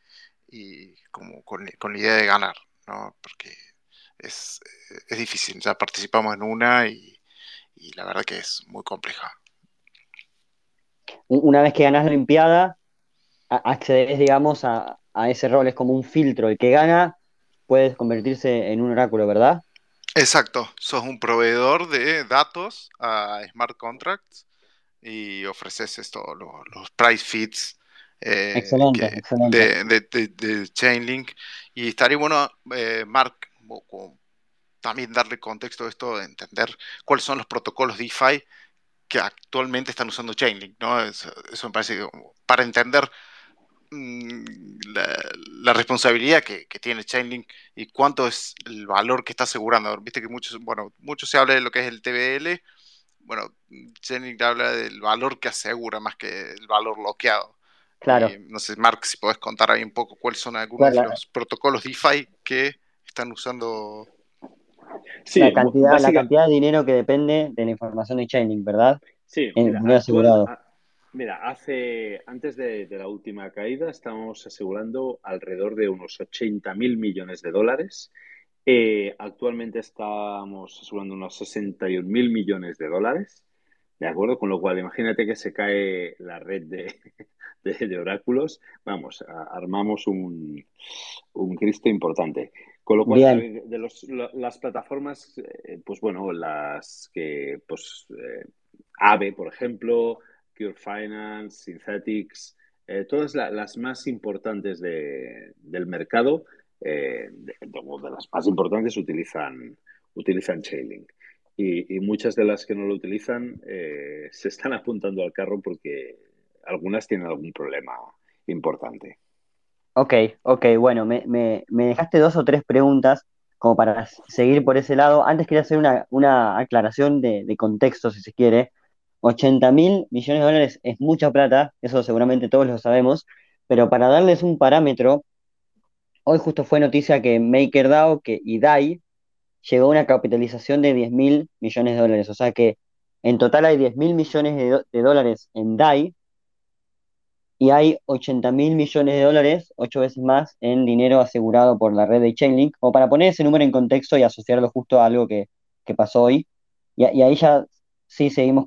y como con la idea de ganar, ¿no? Porque es difícil, ya participamos en una y la verdad que es muy compleja. Una vez que ganás la Olimpiada, accedes, digamos, a ese rol, es como un filtro. El que gana puede convertirse en un oráculo, ¿verdad? Exacto, sos un proveedor de datos a smart contracts y ofreces esto, los price feeds Excelente, excelente. de Chainlink. Y estaría bueno, Mark, también darle contexto a esto, de entender cuáles son los protocolos DeFi que actualmente están usando Chainlink, ¿no? Eso me parece que para entender mm, la responsabilidad que tiene Chainlink y cuánto es el valor que está asegurando. Viste que mucho se habla de lo que es el TVL. Bueno, Chainlink habla del valor que asegura más que el valor bloqueado. Y Claro. no sé, Mark, si podés contar ahí un poco cuáles son algunos Claro, de los protocolos DeFi que están usando. Sí, la básicamente. cantidad de dinero que depende de la información de Chainlink, ¿verdad? Sí, En mira, dinero asegurado. antes de la última caída estábamos asegurando alrededor de unos 80.000 millones de dólares. Actualmente estamos asegurando unos 61.000 millones de dólares, ¿de acuerdo? Con lo cual, imagínate que se cae la red de oráculos, vamos, armamos un Cristo importante. Con lo cual, Bien. las plataformas, pues bueno, las que, pues, Aave, por ejemplo, Pure Finance, Synthetics, todas las más importantes del mercado, o de las más importantes, utilizan Chainlink. Y muchas de las que no lo utilizan se están apuntando al carro porque algunas tienen algún problema importante. Ok, ok, bueno, me dejaste dos o tres preguntas como para seguir por ese lado. Antes quería hacer una aclaración de contexto, si se quiere. 80.000 millones de dólares es mucha plata, eso seguramente todos lo sabemos, pero para darles un parámetro, hoy justo fue noticia que MakerDAO y DAI llegó a una capitalización de 10.000 millones de dólares, o sea que en total hay 10.000 millones de dólares en DAI y hay 80.000 millones de dólares, 8 veces más, en dinero asegurado por la red de Chainlink, o para poner ese número en contexto y asociarlo justo a algo que pasó hoy. Y ahí ya sí seguimos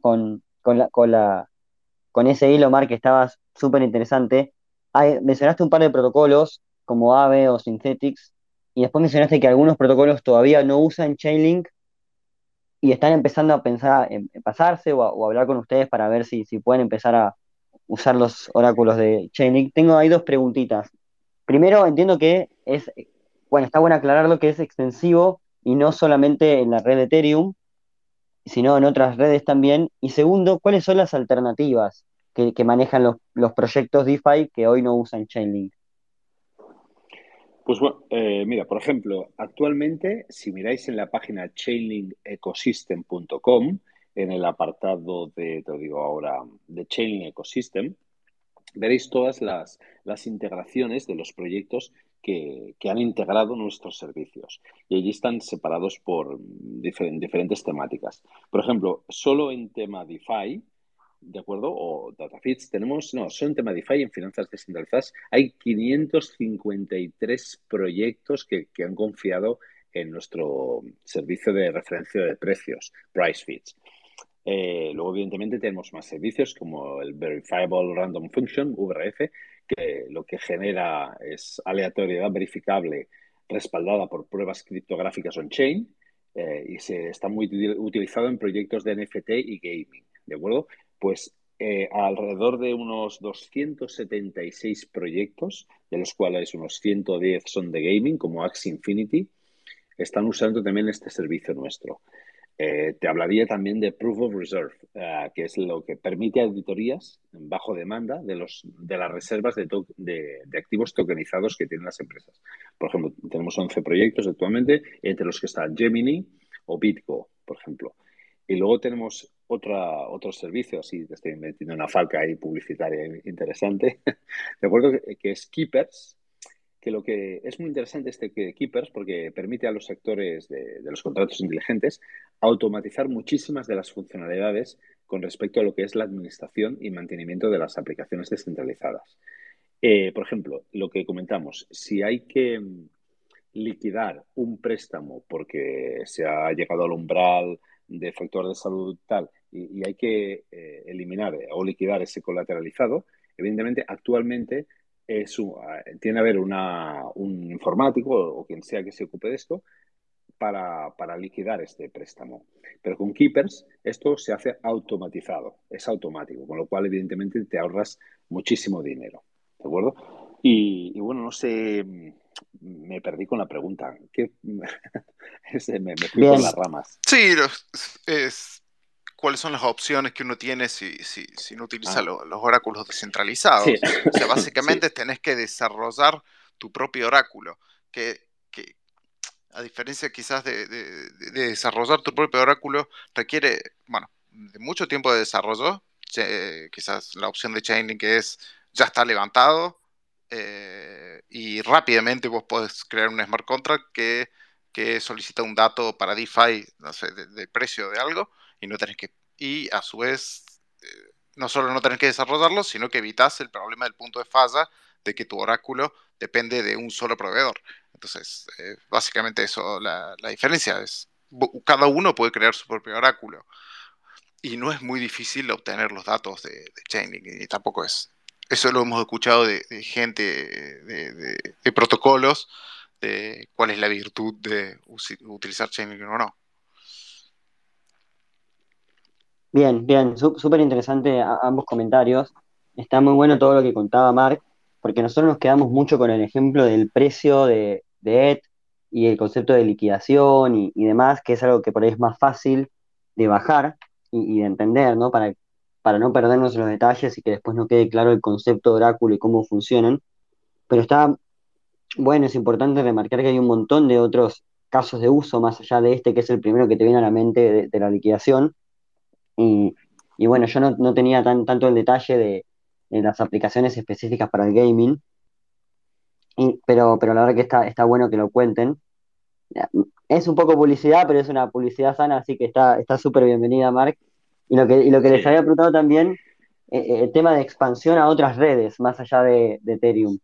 con ese hilo, Mar, que estaba súper interesante. Mencionaste un par de protocolos como Aave o Synthetix, y después mencionaste que algunos protocolos todavía no usan Chainlink y están empezando a pensar en pasarse o hablar con ustedes para ver si pueden empezar a usar los oráculos de Chainlink. Tengo ahí dos preguntitas. Primero, entiendo que bueno, está bueno aclararlo que es extensivo y no solamente en la red de Ethereum, sino en otras redes también. Y segundo, ¿cuáles son las alternativas que manejan los proyectos DeFi que hoy no usan Chainlink? Pues bueno, mira, por ejemplo, actualmente, si miráis en la página chainlinkecosystem.com, en el apartado te lo digo ahora, de Chainlink Ecosystem, veréis todas las integraciones de los proyectos que han integrado nuestros servicios. Y allí están separados por diferentes temáticas. Por ejemplo, solo en tema DeFi, ¿de acuerdo? O DataFeeds, solo en tema DeFi, en finanzas descentralizadas, hay 553 proyectos que han confiado en nuestro servicio de referencia de precios, PriceFeeds. Luego, evidentemente, tenemos más servicios como el Verifiable Random Function, VRF, que lo que genera es aleatoriedad verificable respaldada por pruebas criptográficas on-chain y se está muy utilizado en proyectos de NFT y gaming, ¿de acuerdo? Pues alrededor de unos 276 proyectos, de los cuales unos 110 son de gaming, como Axie Infinity, están usando también este servicio nuestro. Te hablaría también de Proof of Reserve, que es lo que permite auditorías bajo demanda de las reservas de activos tokenizados que tienen las empresas. Por ejemplo, tenemos 11 proyectos actualmente, entre los que está Gemini o Bitgo, por ejemplo. Y luego tenemos otro servicio, así te estoy metiendo una falca ahí publicitaria interesante, de acuerdo, que es Keepers, que lo que es muy interesante este que Keepers porque permite a los sectores de los contratos inteligentes automatizar muchísimas de las funcionalidades con respecto a lo que es la administración y mantenimiento de las aplicaciones descentralizadas. Por ejemplo, lo que comentamos, si hay que liquidar un préstamo porque se ha llegado al umbral de factor de salud tal y hay que eliminar o liquidar ese colateralizado, evidentemente actualmente tiene que haber un informático o quien sea que se ocupe de esto para liquidar este préstamo. Pero con Keepers esto se hace automatizado, es automático, con lo cual evidentemente te ahorras muchísimo dinero. ¿De acuerdo? Y bueno, no sé, me perdí con la pregunta. Me fui por las Bien, ramas. Sí, cuáles son las opciones que uno tiene si no utiliza Ah, los oráculos sí, descentralizados. O sea, sí, básicamente tenés que desarrollar tu propio oráculo, que a diferencia quizás de desarrollar tu propio oráculo, requiere, bueno, de mucho tiempo de desarrollo. Quizás la opción de Chainlink es ya está levantado y rápidamente vos podés crear un smart contract que solicita un dato para DeFi, no sé, de precio de algo, y no tenés que, y a su vez, no solo no tenés que desarrollarlo, sino que evitas el problema del punto de falla de que tu oráculo depende de un solo proveedor. Entonces, básicamente eso, la diferencia es, cada uno puede crear su propio oráculo y no es muy difícil obtener los datos de Chainlink y tampoco es. Eso lo hemos escuchado de gente de protocolos, de cuál es la virtud de utilizar Chainlink o no. bien, bien, súper interesante ambos comentarios. está muy bueno todo lo que contaba Mark, porque nosotros nos quedamos mucho con el ejemplo del precio de ETH y el concepto de liquidación y demás, que es algo que por ahí es más fácil de bajar y de entender, ¿no? Para no perdernos en los detalles y que después no quede claro el concepto de oráculo y cómo funcionan. Pero está bueno, es importante remarcar que hay un montón de otros casos de uso más allá de este, que es el primero que te viene a la mente de la liquidación. Y, y bueno, yo no tenía tanto el detalle de las aplicaciones específicas para el gaming, pero la verdad que está bueno que lo cuenten. Es un poco publicidad, pero es una publicidad sana, así que está súper bienvenida, Mark. Y lo que les había Sí. preguntado también, el tema de expansión a otras redes, más allá de Ethereum.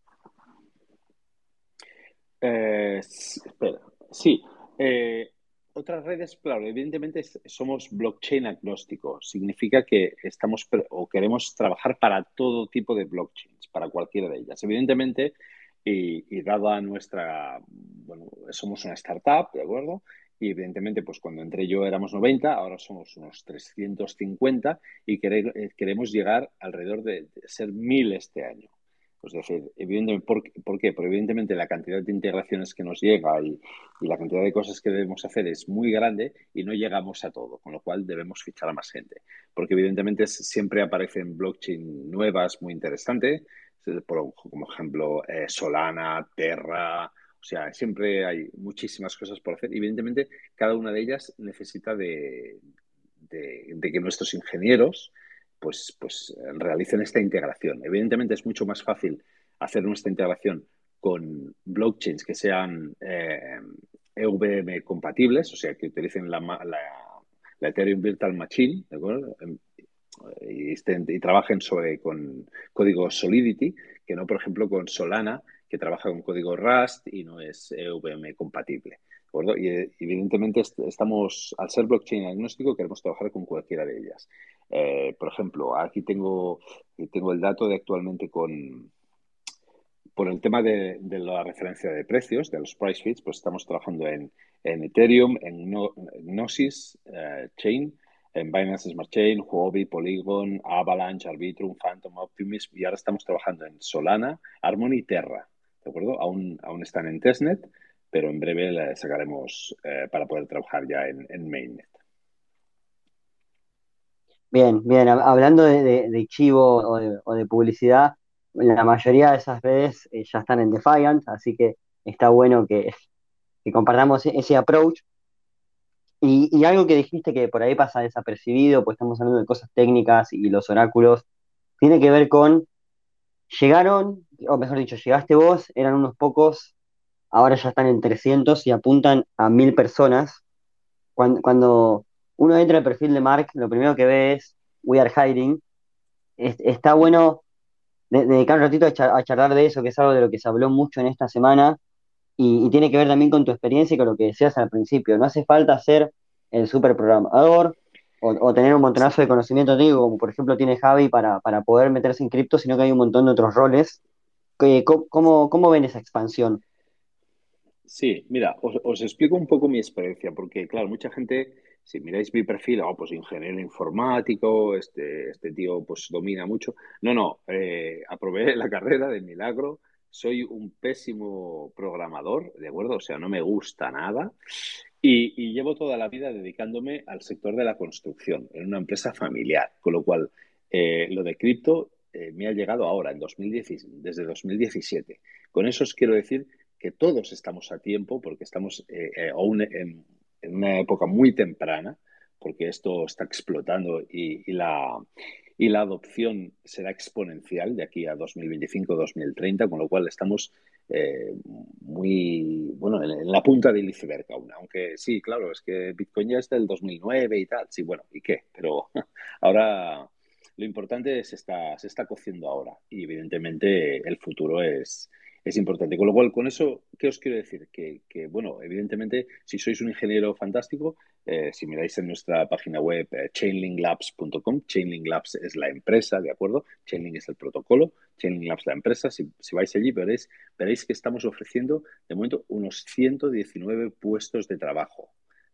Espera, sí. Eh, Otras redes, claro, evidentemente somos blockchain agnósticos. Significa que estamos o queremos trabajar para todo tipo de blockchains, para cualquiera de ellas. Evidentemente, y dada nuestra, bueno, somos una startup, ¿de acuerdo? Y evidentemente, pues cuando entré yo éramos 90, ahora somos unos 350 y queremos llegar alrededor de ser 1000 este año. Es decir, evidentemente, ¿por qué? Porque evidentemente la cantidad de integraciones que nos llega y la cantidad de cosas que debemos hacer es muy grande y no llegamos a todo, con lo cual debemos fichar a más gente. Porque evidentemente siempre aparecen blockchain nuevas muy interesantes, como ejemplo Solana, Terra, o sea, siempre hay muchísimas cosas por hacer. Evidentemente, cada una de ellas necesita de que nuestros ingenieros pues realicen esta integración. Evidentemente es mucho más fácil hacer nuestra integración con blockchains que sean EVM compatibles, o sea, que utilicen la Ethereum Virtual Machine, ¿de acuerdo? Y trabajen con código Solidity, que no, por ejemplo, con Solana, que trabaja con código Rust y no es EVM compatible. ¿De acuerdo? Y evidentemente estamos, al ser blockchain agnóstico, queremos trabajar con cualquiera de ellas. Por ejemplo, aquí tengo el dato de actualmente por el tema de la referencia de precios, de los price feeds, pues estamos trabajando en Ethereum, en Gnosis Chain, en Binance Smart Chain, Huobi, Polygon, Avalanche, Arbitrum, Phantom, Optimism, y ahora estamos trabajando en Solana, Harmony y Terra. ¿De acuerdo? Aún están en testnet, pero en breve la sacaremos para poder trabajar ya en mainnet. Bien, bien, hablando de chivo o de publicidad, la mayoría de esas redes ya están en Defiant, así que está bueno que compartamos ese approach. Y algo que dijiste que por ahí pasa desapercibido, pues estamos hablando de cosas técnicas y los oráculos, tiene que ver con, llegaron, o mejor dicho, llegaste vos, eran unos pocos, ahora ya están en 300 y apuntan a 1000 personas. Cuando uno entra al perfil de Mark, lo primero que ve es We Are Hiding. Está bueno dedicar un ratito a charlar de eso, que es algo de lo que se habló mucho en esta semana y tiene que ver también con tu experiencia y con lo que decías al principio. No hace falta ser el super programador o tener un montonazo de conocimiento técnico, como por ejemplo tiene Javi para poder meterse en cripto, sino que hay un montón de otros roles. ¿Cómo ven esa expansión? Sí, mira, os explico un poco mi experiencia, porque claro, mucha gente, si miráis mi perfil, oh, pues ingeniero informático, este tío pues domina mucho. No, aprobé la carrera de milagro, soy un pésimo programador, ¿de acuerdo? O sea, no me gusta nada y llevo toda la vida dedicándome al sector de la construcción, en una empresa familiar, con lo cual lo de cripto me ha llegado ahora, desde 2017. Con eso os quiero decir que todos estamos a tiempo porque estamos aún en una época muy temprana, porque esto está explotando y la adopción será exponencial de aquí a 2025-2030, con lo cual estamos muy, bueno, en la punta del iceberg aún. Aunque sí, claro, es que Bitcoin ya es del 2009 y tal, sí, bueno, ¿y qué? Pero ahora lo importante se está cociendo ahora y evidentemente el futuro es importante. Con lo cual, con eso, ¿qué os quiero decir? Bueno, evidentemente, si sois un ingeniero fantástico, si miráis en nuestra página web chainlinklabs.com, Chainlink Labs es la empresa, ¿de acuerdo? Chainlink es el protocolo, Chainlink Labs la empresa. Si vais allí, veréis que estamos ofreciendo, de momento, unos 119 puestos de trabajo.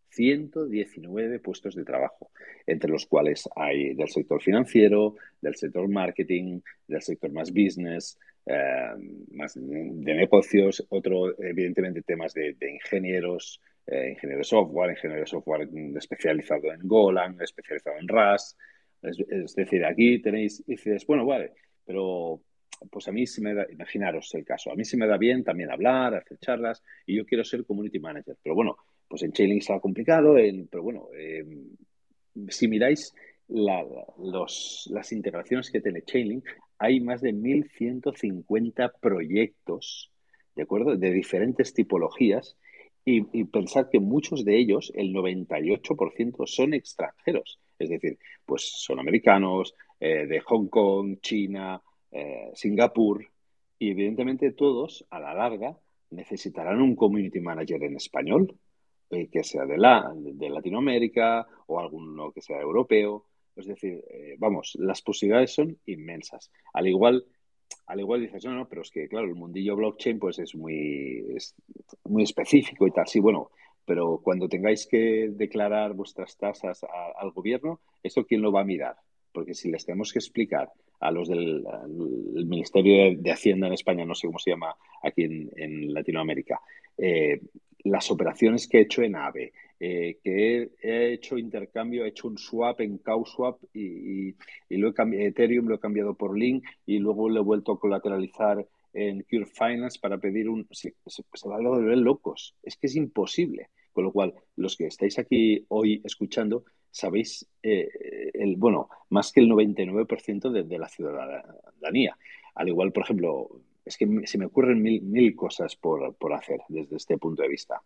119 puestos de trabajo, entre los cuales hay del sector financiero, del sector marketing, del sector más business, más de negocios, otro, evidentemente, temas de ingenieros, ingeniero de software especializado en Golang, especializado en Rust. Es decir, aquí tenéis, dices, bueno, vale, pero pues a mí se me da, imaginaros el caso, a mí se me da bien también hablar, hacer charlas, y yo quiero ser community manager, pero bueno, pues en Chainlink está complicado, pero bueno, si miráis las integraciones que tiene Chainlink, hay más de 1.150 proyectos, ¿de acuerdo? De diferentes tipologías, y pensar que muchos de ellos, el 98%, son extranjeros. Es decir, pues son americanos, de Hong Kong, China, Singapur, y evidentemente todos, a la larga, necesitarán un community manager en español, que sea de Latinoamérica o alguno que sea europeo. Es decir, vamos, las posibilidades son inmensas. Al igual dices, no, no, pero es que, claro, el mundillo blockchain pues es muy específico y tal. Sí, bueno, pero cuando tengáis que declarar vuestras tasas al gobierno, ¿esto quién lo va a mirar? Porque si les tenemos que explicar a los del Ministerio de Hacienda en España, no sé cómo se llama aquí en Latinoamérica, eh, las operaciones que he hecho en AVE, que he hecho intercambio, he hecho un swap en CowSwap y Ethereum lo he cambiado por Link y luego lo he vuelto a colateralizar en Cure Finance para pedir se va a volver locos. Es que es imposible. Con lo cual, los que estáis aquí hoy escuchando, sabéis, bueno, más que el 99% de la ciudadanía. Al igual, por ejemplo, es que se me ocurren mil cosas por hacer desde este punto de vista.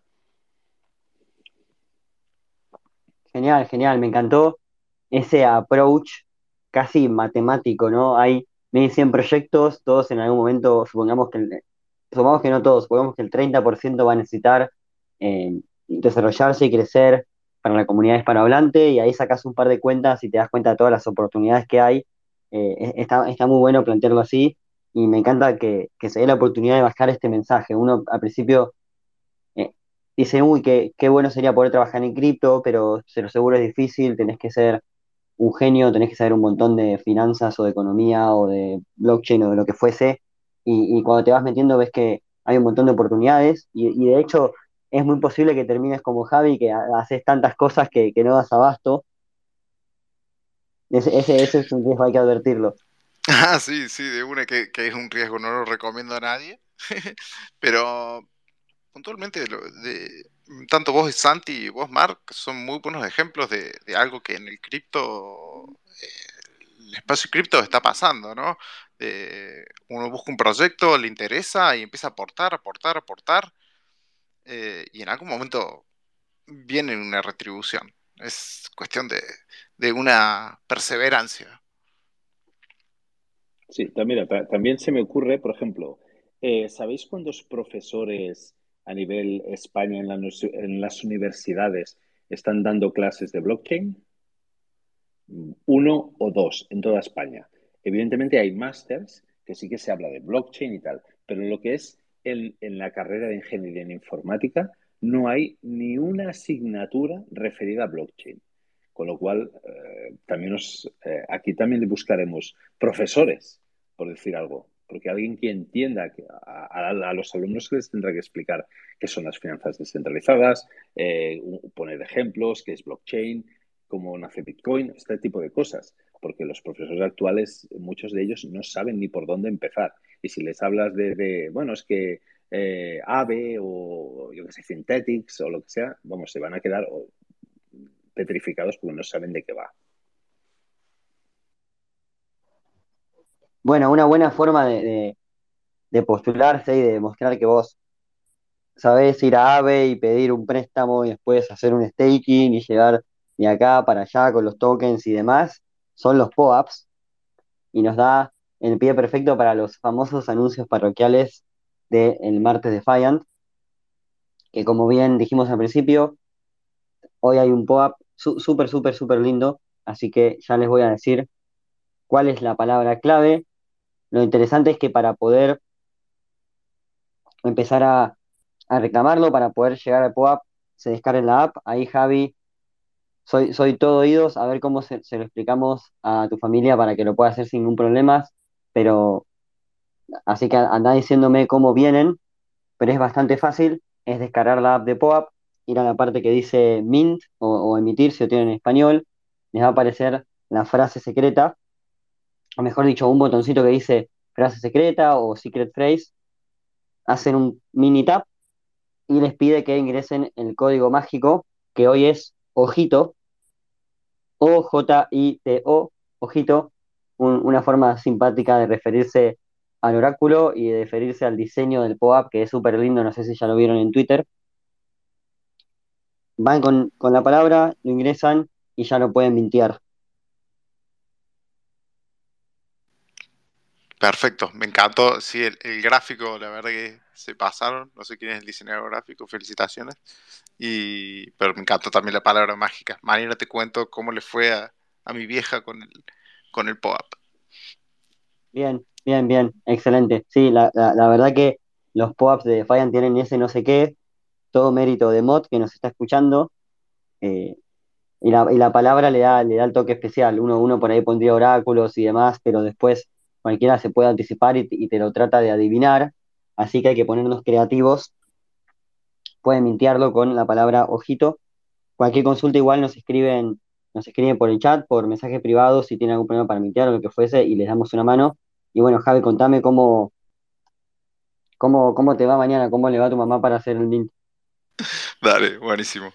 Genial, genial, me encantó ese approach casi matemático, ¿no? Hay 1.100 proyectos, todos en algún momento, supongamos que no todos, supongamos que el 30% va a necesitar desarrollarse y crecer para la comunidad hispanohablante, y ahí sacas un par de cuentas y te das cuenta de todas las oportunidades que hay. Está muy bueno plantearlo así, y me encanta que se dé la oportunidad de bajar este mensaje. Uno al principio eh, dice, uy, qué bueno sería poder trabajar en cripto, pero se lo seguro es difícil, tenés que ser un genio, tenés que saber un montón de finanzas o de economía o de blockchain o de lo que fuese, y cuando te vas metiendo ves que hay un montón de oportunidades, y de hecho es muy posible que termines como Javi, que haces tantas cosas que no das abasto. Ese es un riesgo, hay que advertirlo. Ah, sí, sí, de una que es un riesgo, no lo recomiendo a nadie. Pero puntualmente, tanto vos, Santi, y vos, Mark, son muy buenos ejemplos de algo que en el cripto, el espacio cripto está pasando, ¿no? Uno busca un proyecto, le interesa y empieza a aportar, aportar, aportar, y en algún momento viene una retribución. Es cuestión de una perseverancia. Sí, mira, también se me ocurre, por ejemplo, ¿sabéis cuántos profesores a nivel España en las universidades están dando clases de blockchain? Uno o dos en toda España. Evidentemente hay másters que sí que se habla de blockchain y tal, pero lo que es en la carrera de ingeniería en informática no hay ni una asignatura referida a blockchain. Con lo cual, aquí también le buscaremos profesores, por decir algo, porque alguien que entienda, a los alumnos se les tendrá que explicar qué son las finanzas descentralizadas, poner ejemplos, qué es blockchain, cómo nace Bitcoin, este tipo de cosas, porque los profesores actuales, muchos de ellos no saben ni por dónde empezar. Y si les hablas bueno, es que AVE o yo que sé, Synthetics o lo que sea, vamos, se van a quedar petrificados porque no saben de qué va. Bueno, una buena forma de postularse y de demostrar que vos sabés ir a AVE y pedir un préstamo y después hacer un staking y llegar de acá para allá con los tokens y demás, son los POAPs, y nos da el pie perfecto para los famosos anuncios parroquiales del martes de Defiant, que como bien dijimos al principio, hoy hay un POAP súper, súper, súper lindo, así que ya les voy a decir cuál es la palabra clave. Lo interesante es que para poder empezar a reclamarlo, para poder llegar al POAP, se descarguen la app. Ahí, Javi, soy todo oídos, a ver cómo se lo explicamos a tu familia para que lo pueda hacer sin ningún problema. Pero así que anda diciéndome cómo vienen, pero es bastante fácil. Es descargar la app de POAP, ir a la parte que dice Mint o emitir, si lo tienen en español. Les va a aparecer la frase secreta, o mejor dicho, un botoncito que dice frase secreta o secret phrase. Hacen un mini tap y les pide que ingresen el código mágico, que hoy es ojito, OJITO, ojito, una forma simpática de referirse al oráculo y de referirse al diseño del POAP, que es súper lindo, no sé si ya lo vieron en Twitter. Van con la palabra, lo ingresan y ya lo pueden mintear. Perfecto, me encantó. Sí, el gráfico, la verdad que se pasaron. No sé quién es el diseñador gráfico, felicitaciones. Pero me encantó también la palabra mágica. Mañana te cuento cómo le fue a mi vieja con el POAP. Bien, bien, bien, excelente. Sí, la verdad que los POAPs de Defiant tienen ese no sé qué, todo mérito de Mod que nos está escuchando. eh, y la palabra le da el toque especial. Uno por ahí pondría oráculos y demás, pero después cualquiera se puede anticipar y te lo trata de adivinar. Así que hay que ponernos creativos. Pueden mintearlo con la palabra ojito. Cualquier consulta igual nos escriben por el chat, por mensaje privado, si tienen algún problema para mintear o lo que fuese, y les damos una mano. Y bueno, Javi, contame cómo te va mañana, cómo le va a tu mamá para hacer el mint. Dale, buenísimo.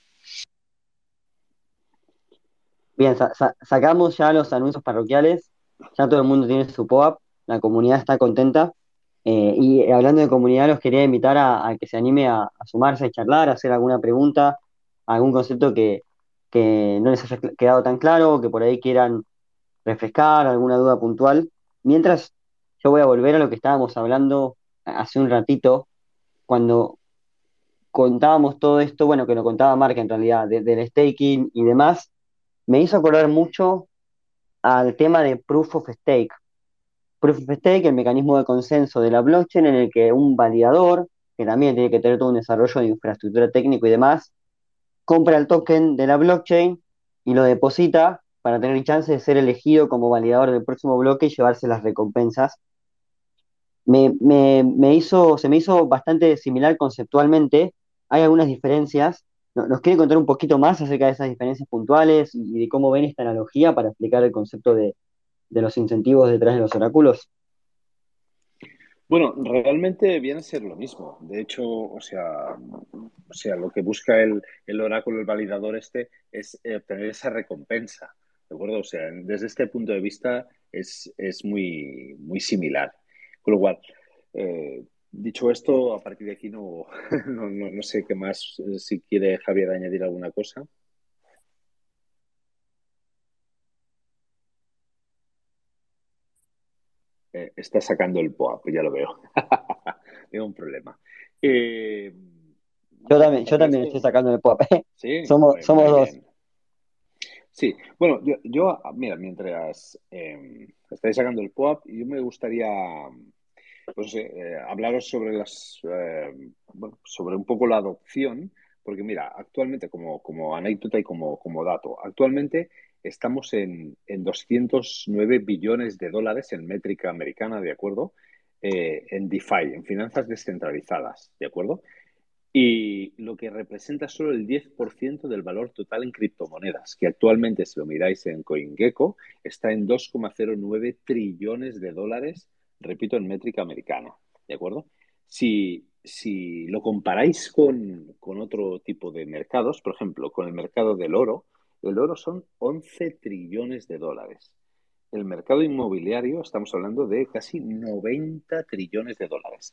Bien, sacamos ya los anuncios parroquiales, ya todo el mundo tiene su POAP, la comunidad está contenta. Y hablando de comunidad, los quería invitar a que se anime a sumarse, a charlar, a hacer alguna pregunta, algún concepto que no les haya quedado tan claro, o que por ahí quieran refrescar, alguna duda puntual. Mientras, yo voy a volver a lo que estábamos hablando hace un ratito, cuando contábamos todo esto, bueno, que lo contaba Marca en realidad, del staking y demás, me hizo acordar mucho al tema de Proof of Stake. Proof of Stake, el mecanismo de consenso de la blockchain en el que un validador, que también tiene que tener todo un desarrollo de infraestructura técnico y demás, compra el token de la blockchain y lo deposita para tener chance de ser elegido como validador del próximo bloque y llevarse las recompensas. Se me hizo bastante similar conceptualmente. Hay algunas diferencias. ¿Nos quiere contar un poquito más acerca de esas diferencias puntuales y de cómo ven esta analogía para explicar el concepto de los incentivos detrás de los oráculos? Bueno, realmente viene a ser lo mismo. De hecho, lo que busca el oráculo, el validador este, es obtener esa recompensa. ¿De acuerdo? O sea, desde este punto de vista es muy, muy similar. Con lo cual, dicho esto, a partir de aquí no, no sé qué más, si quiere Javier añadir alguna cosa. Está sacando el POAP, ya lo veo. Tengo un problema. Eh, Yo para también estoy esto, sacando el pop. sí, Somos muy dos. bien. Sí, bueno, mira, mientras estáis sacando el POAP, yo me gustaría pues, hablaros sobre bueno, sobre un poco la adopción, porque mira, actualmente, como anécdota y como dato, actualmente estamos en 209 billones de dólares en métrica americana, ¿de acuerdo? En DeFi, en finanzas descentralizadas, ¿de acuerdo? Y lo que representa solo el 10% del valor total en criptomonedas, que actualmente, si lo miráis en CoinGecko, está en 2,09 trillones de dólares, repito, en métrica americana. ¿De acuerdo? Si lo comparáis con otro tipo de mercados, por ejemplo, con el mercado del oro, el oro son 11 trillones de dólares. El mercado inmobiliario, estamos hablando de casi 90 trillones de dólares.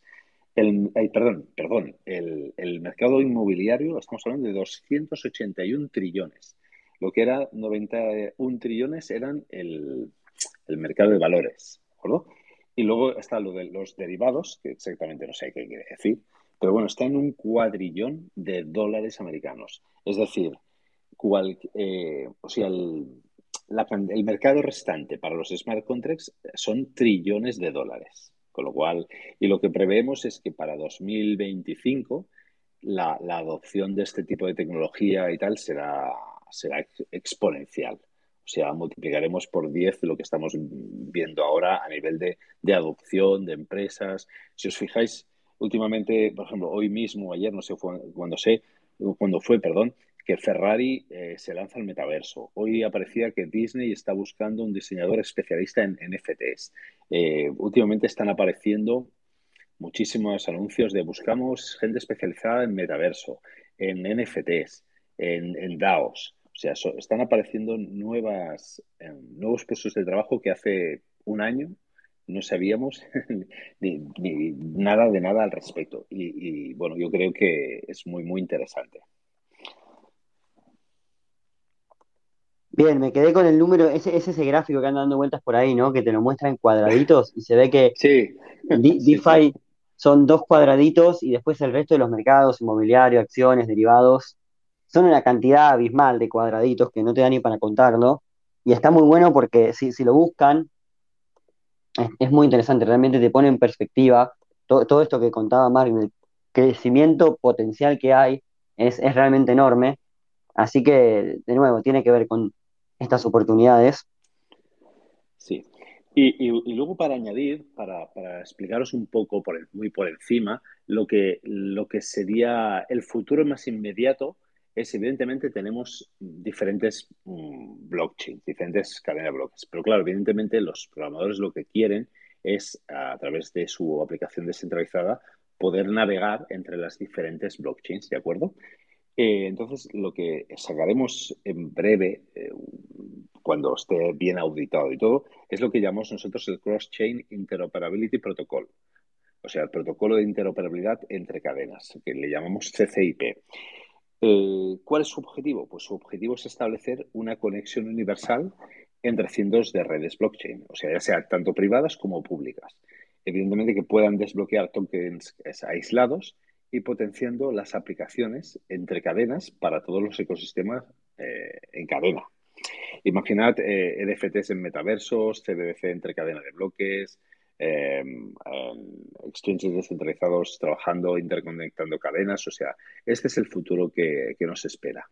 El mercado inmobiliario, estamos hablando de 281 trillones. Lo que era 91 trillones eran el mercado de valores, ¿de acuerdo? Y luego está lo de los derivados, que exactamente no sé qué quiere decir, pero bueno, está en un cuadrillón de dólares americanos. Es decir, o sea, el mercado restante para los smart contracts son trillones de dólares. Con lo cual, y lo que preveemos es que para 2025 la adopción de este tipo de tecnología y tal será exponencial. O sea, multiplicaremos por 10 lo que estamos viendo ahora a nivel de adopción de empresas. Si os fijáis, últimamente, por ejemplo, hoy mismo, ayer, no sé cuando fue, perdón, que Ferrari se lanza al metaverso. Hoy aparecía que Disney está buscando un diseñador especialista en NFTs. Últimamente están apareciendo muchísimos anuncios de buscamos gente especializada en metaverso, en NFTs, en DAOs. O sea, están apareciendo nuevos puestos de trabajo que hace un año no sabíamos ni nada de nada al respecto. Bueno, yo creo que es muy, muy interesante. Bien, me quedé con el número, es ese gráfico que anda dando vueltas por ahí, ¿no? Que te lo muestra en cuadraditos y se ve que Sí, sí, sí. DeFi son dos cuadraditos y después el resto de los mercados, inmobiliario, acciones, derivados, son una cantidad abismal de cuadraditos que no te da ni para contarlo. Y está muy bueno porque si lo buscan, es muy interesante, realmente te pone en perspectiva todo esto que contaba Mark, el crecimiento potencial que hay es realmente enorme. Así que, de nuevo, tiene que ver con estas oportunidades. Sí. Y luego para añadir, para explicaros un poco muy por encima, lo que sería el futuro más inmediato es, evidentemente, tenemos diferentes blockchains, diferentes cadenas de bloques. Pero claro, evidentemente los programadores lo que quieren es, a través de su aplicación descentralizada, poder navegar entre las diferentes blockchains, ¿de acuerdo? Entonces, lo que sacaremos en breve, cuando esté bien auditado y todo, es lo que llamamos nosotros el Cross-Chain Interoperability Protocol, o sea, el protocolo de interoperabilidad entre cadenas, que le llamamos CCIP. ¿Cuál es su objetivo? Pues su objetivo es establecer una conexión universal entre cientos de redes blockchain, o sea, ya sea tanto privadas como públicas. Evidentemente que puedan desbloquear tokens aislados y potenciando las aplicaciones entre cadenas para todos los ecosistemas en cadena. Imaginad NFTs en metaversos, CBDC entre cadena de bloques, exchanges descentralizados trabajando, interconectando cadenas. O sea, este es el futuro que nos espera.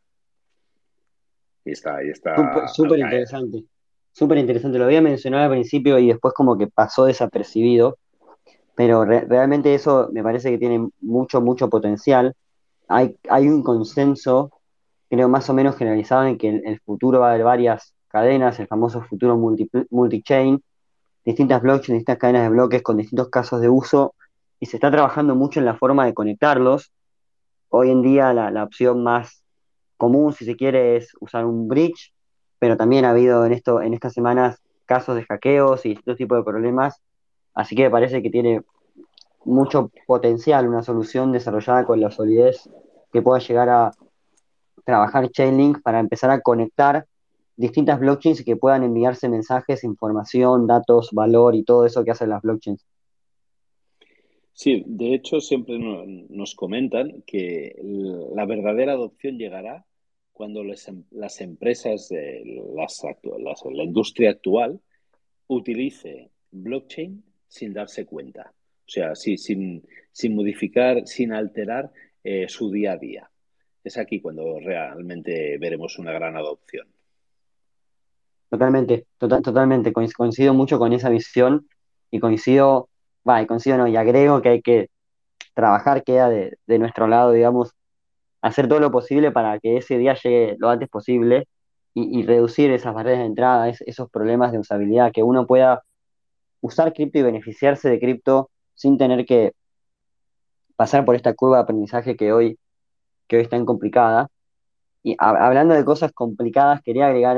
Y está al Súper caer. interesante, súper interesante. Lo había mencionado al principio y después como que pasó desapercibido, pero realmente eso me parece que tiene mucho, mucho potencial. Hay un consenso, creo, más o menos generalizado en que el futuro va a haber varias cadenas, el famoso futuro multi-chain, distintas blockchains, distintas cadenas de bloques con distintos casos de uso, y se está trabajando mucho en la forma de conectarlos. Hoy en día la opción más común, si se quiere, es usar un bridge, pero también ha habido en estas semanas casos de hackeos y distintos tipos de problemas, así que me parece que tiene mucho potencial una solución desarrollada con la solidez que pueda llegar a trabajar Chainlink para empezar a conectar distintas blockchains y que puedan enviarse mensajes, información, datos, valor y todo eso que hacen las blockchains. Sí, de hecho siempre nos comentan que la verdadera adopción llegará cuando las empresas, la industria actual, utilice blockchain sin darse cuenta. O sea, sin modificar, sin alterar su día a día. Es aquí cuando realmente veremos una gran adopción. Totalmente, totalmente, coincido mucho con esa visión y coincido, y coincido no, y agrego que hay que trabajar, queda de nuestro lado, digamos, hacer todo lo posible para que ese día llegue lo antes posible y reducir esas barreras de entrada, esos problemas de usabilidad, que uno pueda usar cripto y beneficiarse de cripto sin tener que pasar por esta curva de aprendizaje que hoy es tan complicada. Y hablando de cosas complicadas, quería agregar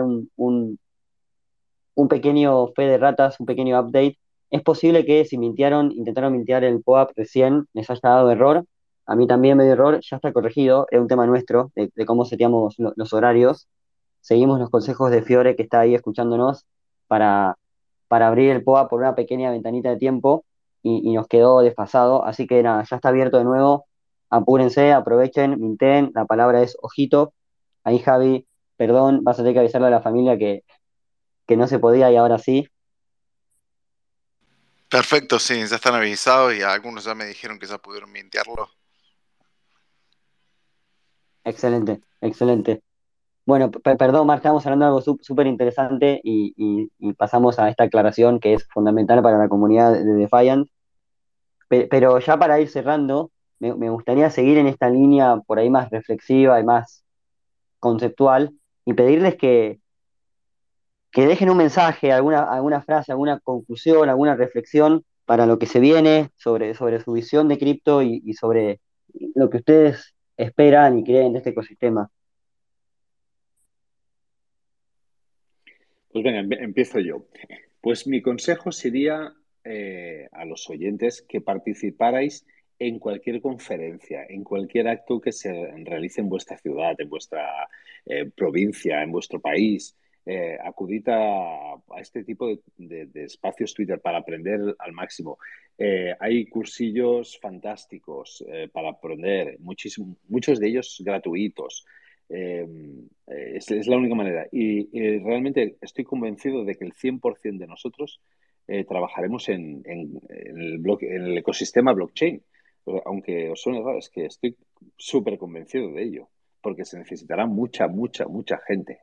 un pequeño fe de ratas, un pequeño update. Es posible que si intentaron mintear el POAP recién, les haya dado error. A mí también me dio error, ya está corregido, es un tema nuestro, de cómo seteamos los horarios. Seguimos los consejos de Fiore, que está ahí escuchándonos, para, para abrir el POAP por una pequeña ventanita de tiempo y nos quedó desfasado. Así que nada, ya está abierto de nuevo. Apúrense, aprovechen, minten. La palabra es ojito. Ahí, Javi, perdón, vas a tener que avisarle a la familia que no se podía y ahora sí. Perfecto, sí, ya están avisados y algunos ya me dijeron que ya pudieron mintearlo. Excelente, excelente. Bueno, perdón, Mar, estamos hablando de algo súper interesante y pasamos a esta aclaración que es fundamental para la comunidad de Defiant. Pero ya para ir cerrando, me gustaría seguir en esta línea por ahí más reflexiva y más conceptual y pedirles que dejen un mensaje, alguna frase, alguna conclusión, alguna reflexión para lo que se viene sobre su visión de cripto y sobre lo que ustedes esperan y creen de este ecosistema. Pues venga, empiezo yo. Pues mi consejo sería a los oyentes que participarais en cualquier conferencia, en cualquier acto que se realice en vuestra ciudad, en vuestra provincia, en vuestro país. Acudid a este tipo de espacios Twitter para aprender al máximo. Hay cursillos fantásticos para aprender, muchos de ellos gratuitos. Eh, es la única manera. Y realmente estoy convencido de que el 100% de nosotros trabajaremos en el ecosistema blockchain. Aunque os suene raro, es que estoy súper convencido de ello, porque se necesitará mucha gente.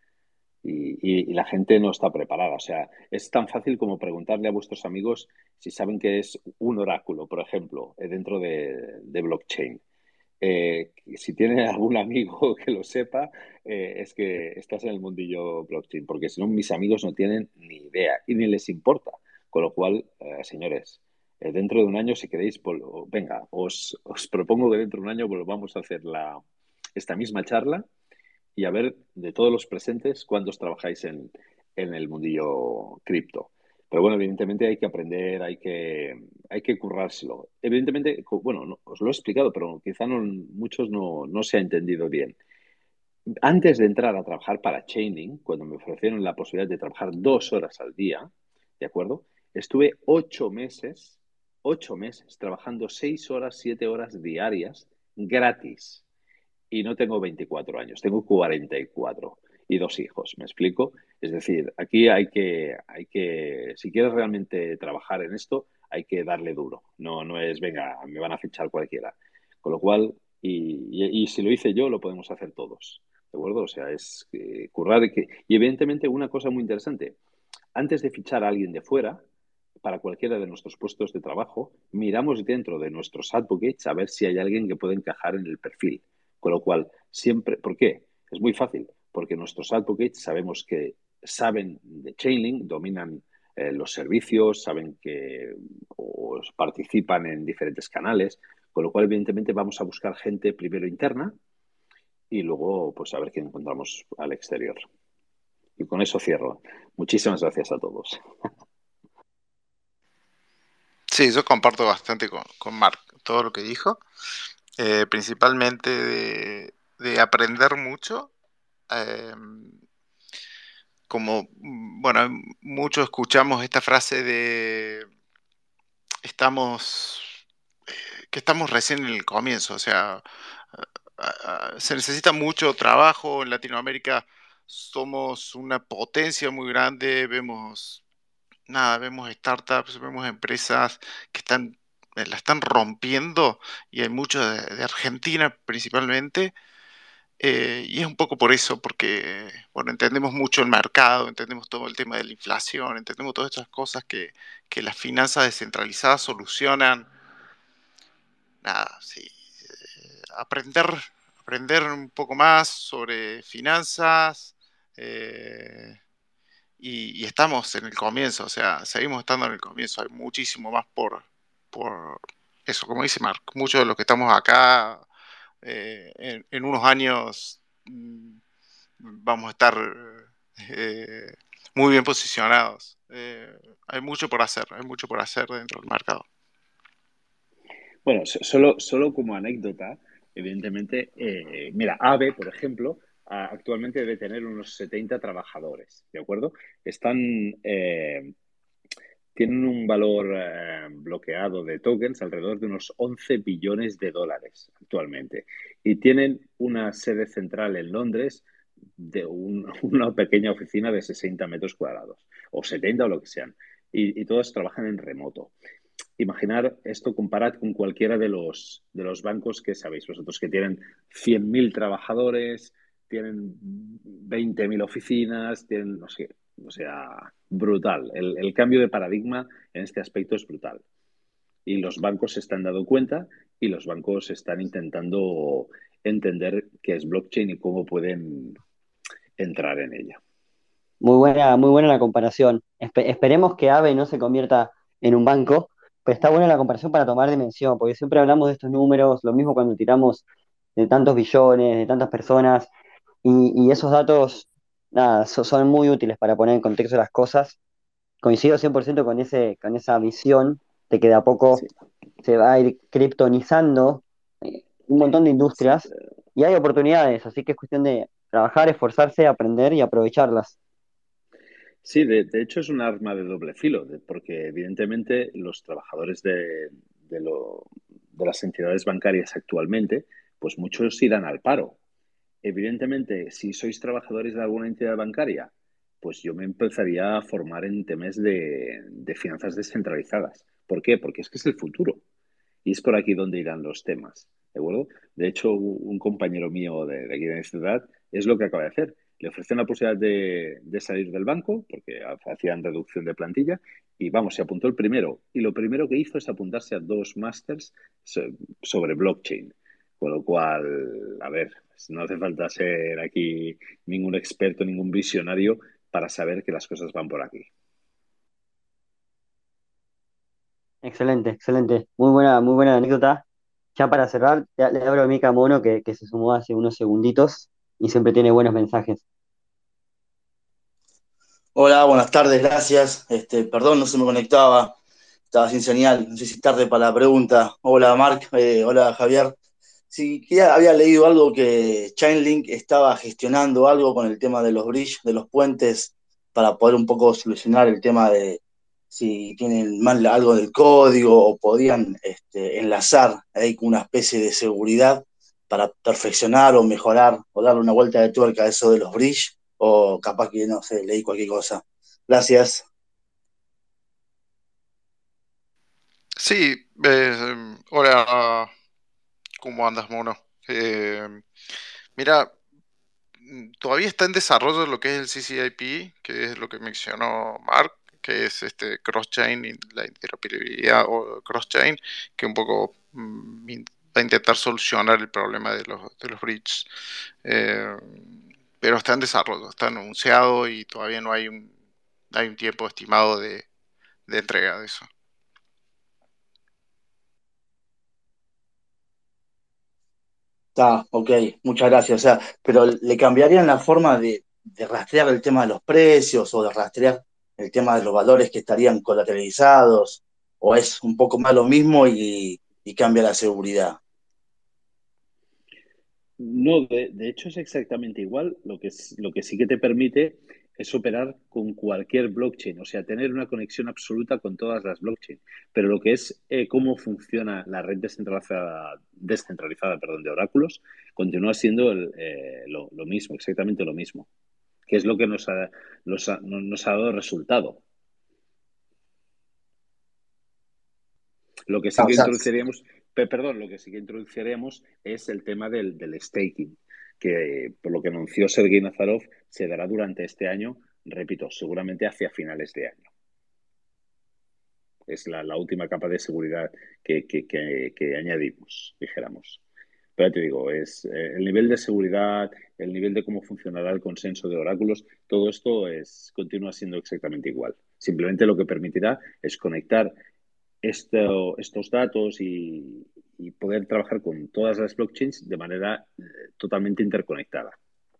Y la gente no está preparada. O sea, es tan fácil como preguntarle a vuestros amigos si saben qué es un oráculo, por ejemplo, dentro de blockchain. Si tiene algún amigo que lo sepa, es que estás en el mundillo blockchain, porque si no, mis amigos no tienen ni idea y ni les importa. Con lo cual, señores, dentro de un año, si queréis, venga, os propongo que dentro de un año volvamos a hacer esta misma charla y a ver de todos los presentes cuántos trabajáis en el mundillo cripto. Pero bueno, evidentemente hay que aprender, hay que currárselo. Evidentemente, bueno, os lo he explicado, pero quizá muchos no se ha entendido bien. Antes de entrar a trabajar para Chaining, cuando me ofrecieron la posibilidad de trabajar 2 horas al día, ¿de acuerdo? Estuve 8 meses trabajando 6 horas, 7 horas diarias gratis y no tengo 24 años, tengo 44 y 2 hijos, ¿me explico? Es decir, aquí si quieres realmente trabajar en esto, hay que darle duro. No es, venga, me van a fichar cualquiera. Con lo cual, y si lo hice yo, lo podemos hacer todos. ¿De acuerdo? O sea, es currar. Y evidentemente una cosa muy interesante, antes de fichar a alguien de fuera, para cualquiera de nuestros puestos de trabajo, miramos dentro de nuestros advocates a ver si hay alguien que puede encajar en el perfil. Con lo cual, siempre, ¿por qué? Es muy fácil, porque nuestros advocates sabemos que saben de Chainlink, dominan los servicios, saben que o participan en diferentes canales, con lo cual, evidentemente, vamos a buscar gente primero interna y luego, pues, a ver quién encontramos al exterior. Y con eso cierro. Muchísimas gracias a todos. Sí, yo comparto bastante con Mark todo lo que dijo, principalmente de aprender mucho. eh, Como, bueno, muchos escuchamos esta frase de estamos, que estamos recién en el comienzo, o sea, se necesita mucho trabajo en Latinoamérica, somos una potencia muy grande, vemos, nada, vemos startups, vemos empresas que la están rompiendo y hay mucho de Argentina principalmente. Y es un poco por eso, porque bueno, entendemos mucho el mercado, entendemos todo el tema de la inflación, entendemos todas estas cosas que las finanzas descentralizadas solucionan. Nada, sí. Aprender, aprender un poco más sobre finanzas, eh, y estamos en el comienzo, o sea, seguimos estando en el comienzo, hay muchísimo más por eso, como dice Mark, muchos de los que estamos acá en unos años vamos a estar eh, muy bien posicionados. Hay mucho por hacer, hay mucho por hacer dentro del mercado. Bueno, solo como anécdota, evidentemente, mira, AVE, por ejemplo, actualmente debe tener unos 70 trabajadores, ¿de acuerdo? Están, tienen un valor bloqueado de tokens alrededor de unos 11 billones de dólares actualmente. Y tienen una sede central en Londres de una pequeña oficina de 60 metros cuadrados, o 70 o lo que sean. Y todos trabajan en remoto. imaginar esto, comparad con cualquiera de los bancos que sabéis vosotros, que tienen 100.000 trabajadores, tienen 20.000 oficinas, tienen, no sé, o sea, brutal. El cambio de paradigma en este aspecto es brutal. Y los bancos se están dando cuenta y los bancos están intentando entender qué es blockchain y cómo pueden entrar en ella. Muy buena la comparación. Esperemos que AVE no se convierta en un banco, pero está buena la comparación para tomar dimensión, porque siempre hablamos de estos números, lo mismo cuando tiramos de tantos billones, de tantas personas, y esos datos, nada, son muy útiles para poner en contexto las cosas. Coincido 100% con con esa visión de que de a poco Sí, se va a ir criptonizando un montón de sí. industrias y hay oportunidades, así que es cuestión de trabajar, esforzarse, aprender y aprovecharlas. Sí, de hecho es un arma de doble filo, porque evidentemente los trabajadores de de las entidades bancarias actualmente, pues muchos irán al paro. Evidentemente, si sois trabajadores de alguna entidad bancaria, pues yo me empezaría a formar en temas de finanzas descentralizadas. ¿Por qué? Porque es que es el futuro. Y es por aquí donde irán los temas. ¿De acuerdo? De hecho, un compañero mío de aquí de mi ciudad es lo que acaba de hacer. Le ofrecen la posibilidad de salir del banco porque hacían reducción de plantilla y vamos, se apuntó el primero. Y lo primero que hizo es apuntarse a dos másters sobre blockchain. Con lo cual, a ver, no hace falta ser aquí ningún experto, ningún visionario para saber que las cosas van por aquí. Excelente, excelente. Muy buena anécdota. Ya para cerrar, le abro el mic a Mono que se sumó hace unos segunditos y siempre tiene buenos mensajes. Hola, buenas tardes, gracias. Perdón, no se me conectaba, estaba sin señal, no sé si es tarde para la pregunta. Hola, Marc, hola, Javier. Sí, había leído algo que Chainlink estaba gestionando algo con el tema de los bridge, de los puentes, para poder un poco solucionar el tema de si tienen mal algo del código o podían enlazar ahí con una especie de seguridad para perfeccionar o mejorar o darle una vuelta de tuerca a eso de los bridge, o capaz que, no sé, leí cualquier cosa. Gracias. Sí, hola, ¿cómo andas, mono? Mira, todavía está en desarrollo lo que es el CCIP, que es lo que mencionó Mark, que es este cross-chain y la interoperabilidad o cross-chain, que un poco va a intentar solucionar el problema de de los bridges. Eh, pero está en desarrollo, está anunciado y todavía no hay hay un tiempo estimado de entrega de eso. Está, ok, muchas gracias. O sea, pero ¿le cambiarían la forma de rastrear el tema de los precios o de rastrear el tema de los valores que estarían colateralizados? ¿O es un poco más lo mismo y cambia la seguridad? No, de hecho es exactamente igual. Lo que sí que te permite es operar con cualquier blockchain, o sea, tener una conexión absoluta con todas las blockchain. Pero lo que es cómo funciona la red descentralizada, perdón, de oráculos, continúa siendo lo mismo, exactamente lo mismo, que es lo que nos ha dado resultado. Lo que sí Ah, o que sea, introduciríamos, perdón, lo que sí que introduciríamos es el tema del staking, que por lo que anunció Sergei Nazarov se dará durante este año, repito, seguramente hacia finales de año. Es la última capa de seguridad que añadimos, dijéramos. Pero ya te digo, es el nivel de seguridad, el nivel de cómo funcionará el consenso de oráculos, todo esto continúa siendo exactamente igual. Simplemente lo que permitirá es conectar estos datos y poder trabajar con todas las blockchains de manera totalmente interconectada.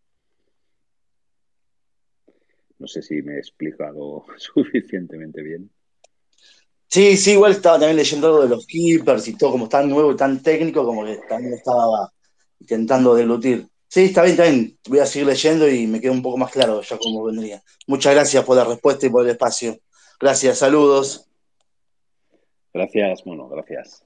No sé si me he explicado suficientemente bien. sí, sí, igual estaba también leyendo algo de los keepers y todo, como tan nuevo y tan técnico, como que también estaba intentando deglutir. Sí, está bien, está bien. Voy a seguir leyendo y me queda un poco más claro ya cómo vendría. Muchas gracias por la respuesta y por el espacio. Gracias, saludos. Gracias, bueno, gracias.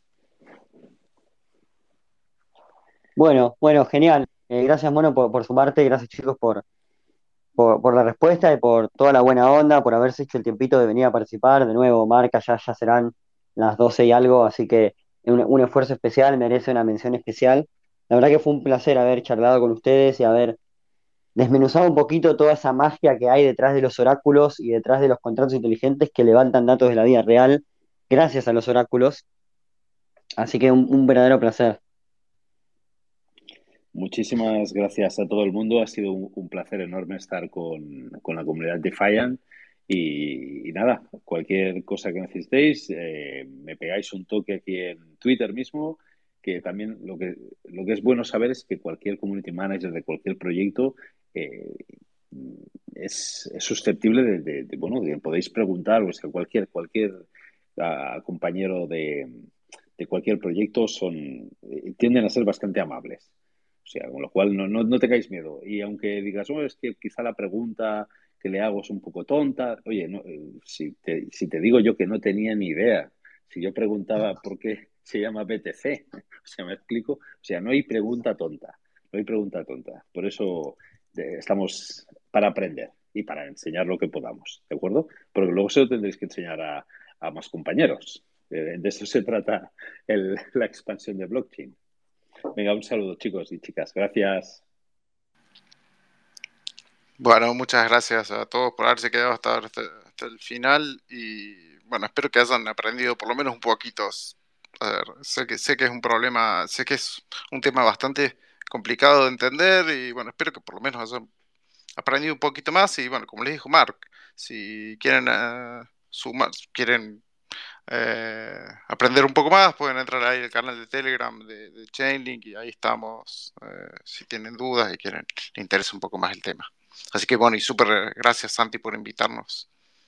Bueno, genial. Gracias, Mono, por sumarte, gracias chicos por la respuesta y por toda la buena onda, por haberse hecho el tiempito de venir a participar. De nuevo, Marca, ya serán las 12 y algo, así que un esfuerzo especial, merece una mención especial. La verdad que fue un placer haber charlado con ustedes y haber desmenuzado un poquito toda esa magia que hay detrás de los oráculos y detrás de los contratos inteligentes que levantan datos de la vida real gracias a los oráculos. Así que un verdadero placer. Muchísimas gracias a todo el mundo. Ha sido un placer enorme estar con la comunidad de Defiant. Y nada, cualquier cosa que necesitéis, me pegáis un toque aquí en Twitter mismo, que también lo que es bueno saber es que cualquier community manager de cualquier proyecto eh, es susceptible bueno, de podéis preguntar, o sea, cualquier compañero de cualquier proyecto tienden a ser bastante amables. O sea, con lo cual no tengáis miedo. Y aunque digas, oh, es que quizá la pregunta que le hago es un poco tonta, oye, no, si te digo yo que no tenía ni idea, si yo preguntaba por qué se llama BTC, o sea, me explico, o sea, no hay pregunta tonta, no hay pregunta tonta. Por eso estamos para aprender y para enseñar lo que podamos, ¿de acuerdo? Porque luego se lo tendréis que enseñar a más compañeros. De eso se trata la expansión de blockchain. Venga, un saludo, chicos y chicas. Gracias. Bueno, muchas gracias a todos por haberse quedado hasta el final y bueno, espero que hayan aprendido por lo menos un poquito. A ver, sé que es un problema, sé que es un tema bastante complicado de entender y bueno, espero que por lo menos hayan aprendido un poquito más y bueno, como les dijo Mark, si quieren quieren aprender un poco más, pueden entrar ahí al canal de Telegram de Chainlink y ahí estamos, si tienen dudas y quieren, les interesa un poco más el tema. Así que bueno, y súper gracias Santi por invitarnos.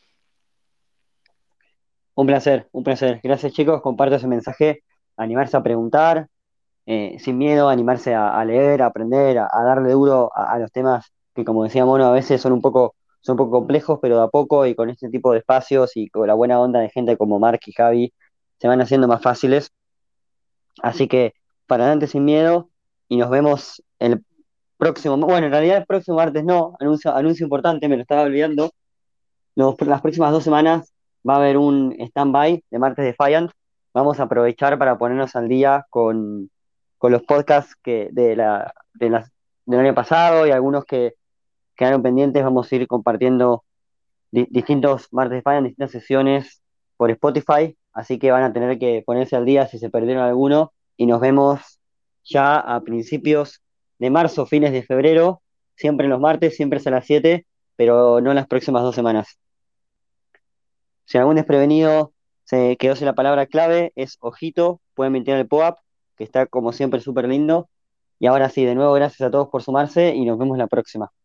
Un placer, un placer. Gracias chicos, comparto ese mensaje, animarse a preguntar, sin miedo, animarse a leer, a aprender, a darle duro a los temas que como decía Mono, a veces son un poco complejos, pero de a poco y con este tipo de espacios y con la buena onda de gente como Mark y Javi, se van haciendo más fáciles. Así que para adelante sin miedo y nos vemos el próximo, bueno, en realidad el próximo martes no, anuncio importante, me lo estaba olvidando. Las próximas 2 semanas va a haber un stand-by de Martes Defiant. Vamos a aprovechar para ponernos al día con los podcasts del año pasado y algunos que quedaron pendientes. Vamos a ir compartiendo distintos Martes Defiant, distintas sesiones por Spotify. Así que van a tener que ponerse al día si se perdieron alguno. Y nos vemos ya a principios de marzo, fines de febrero. Siempre en los martes, siempre es a las 7, pero no las próximas 2 semanas. Si algún desprevenido se quedó sin la palabra clave, es ojito, pueden meter el POAP, que está como siempre súper lindo. Y ahora sí, de nuevo, gracias a todos por sumarse y nos vemos la próxima.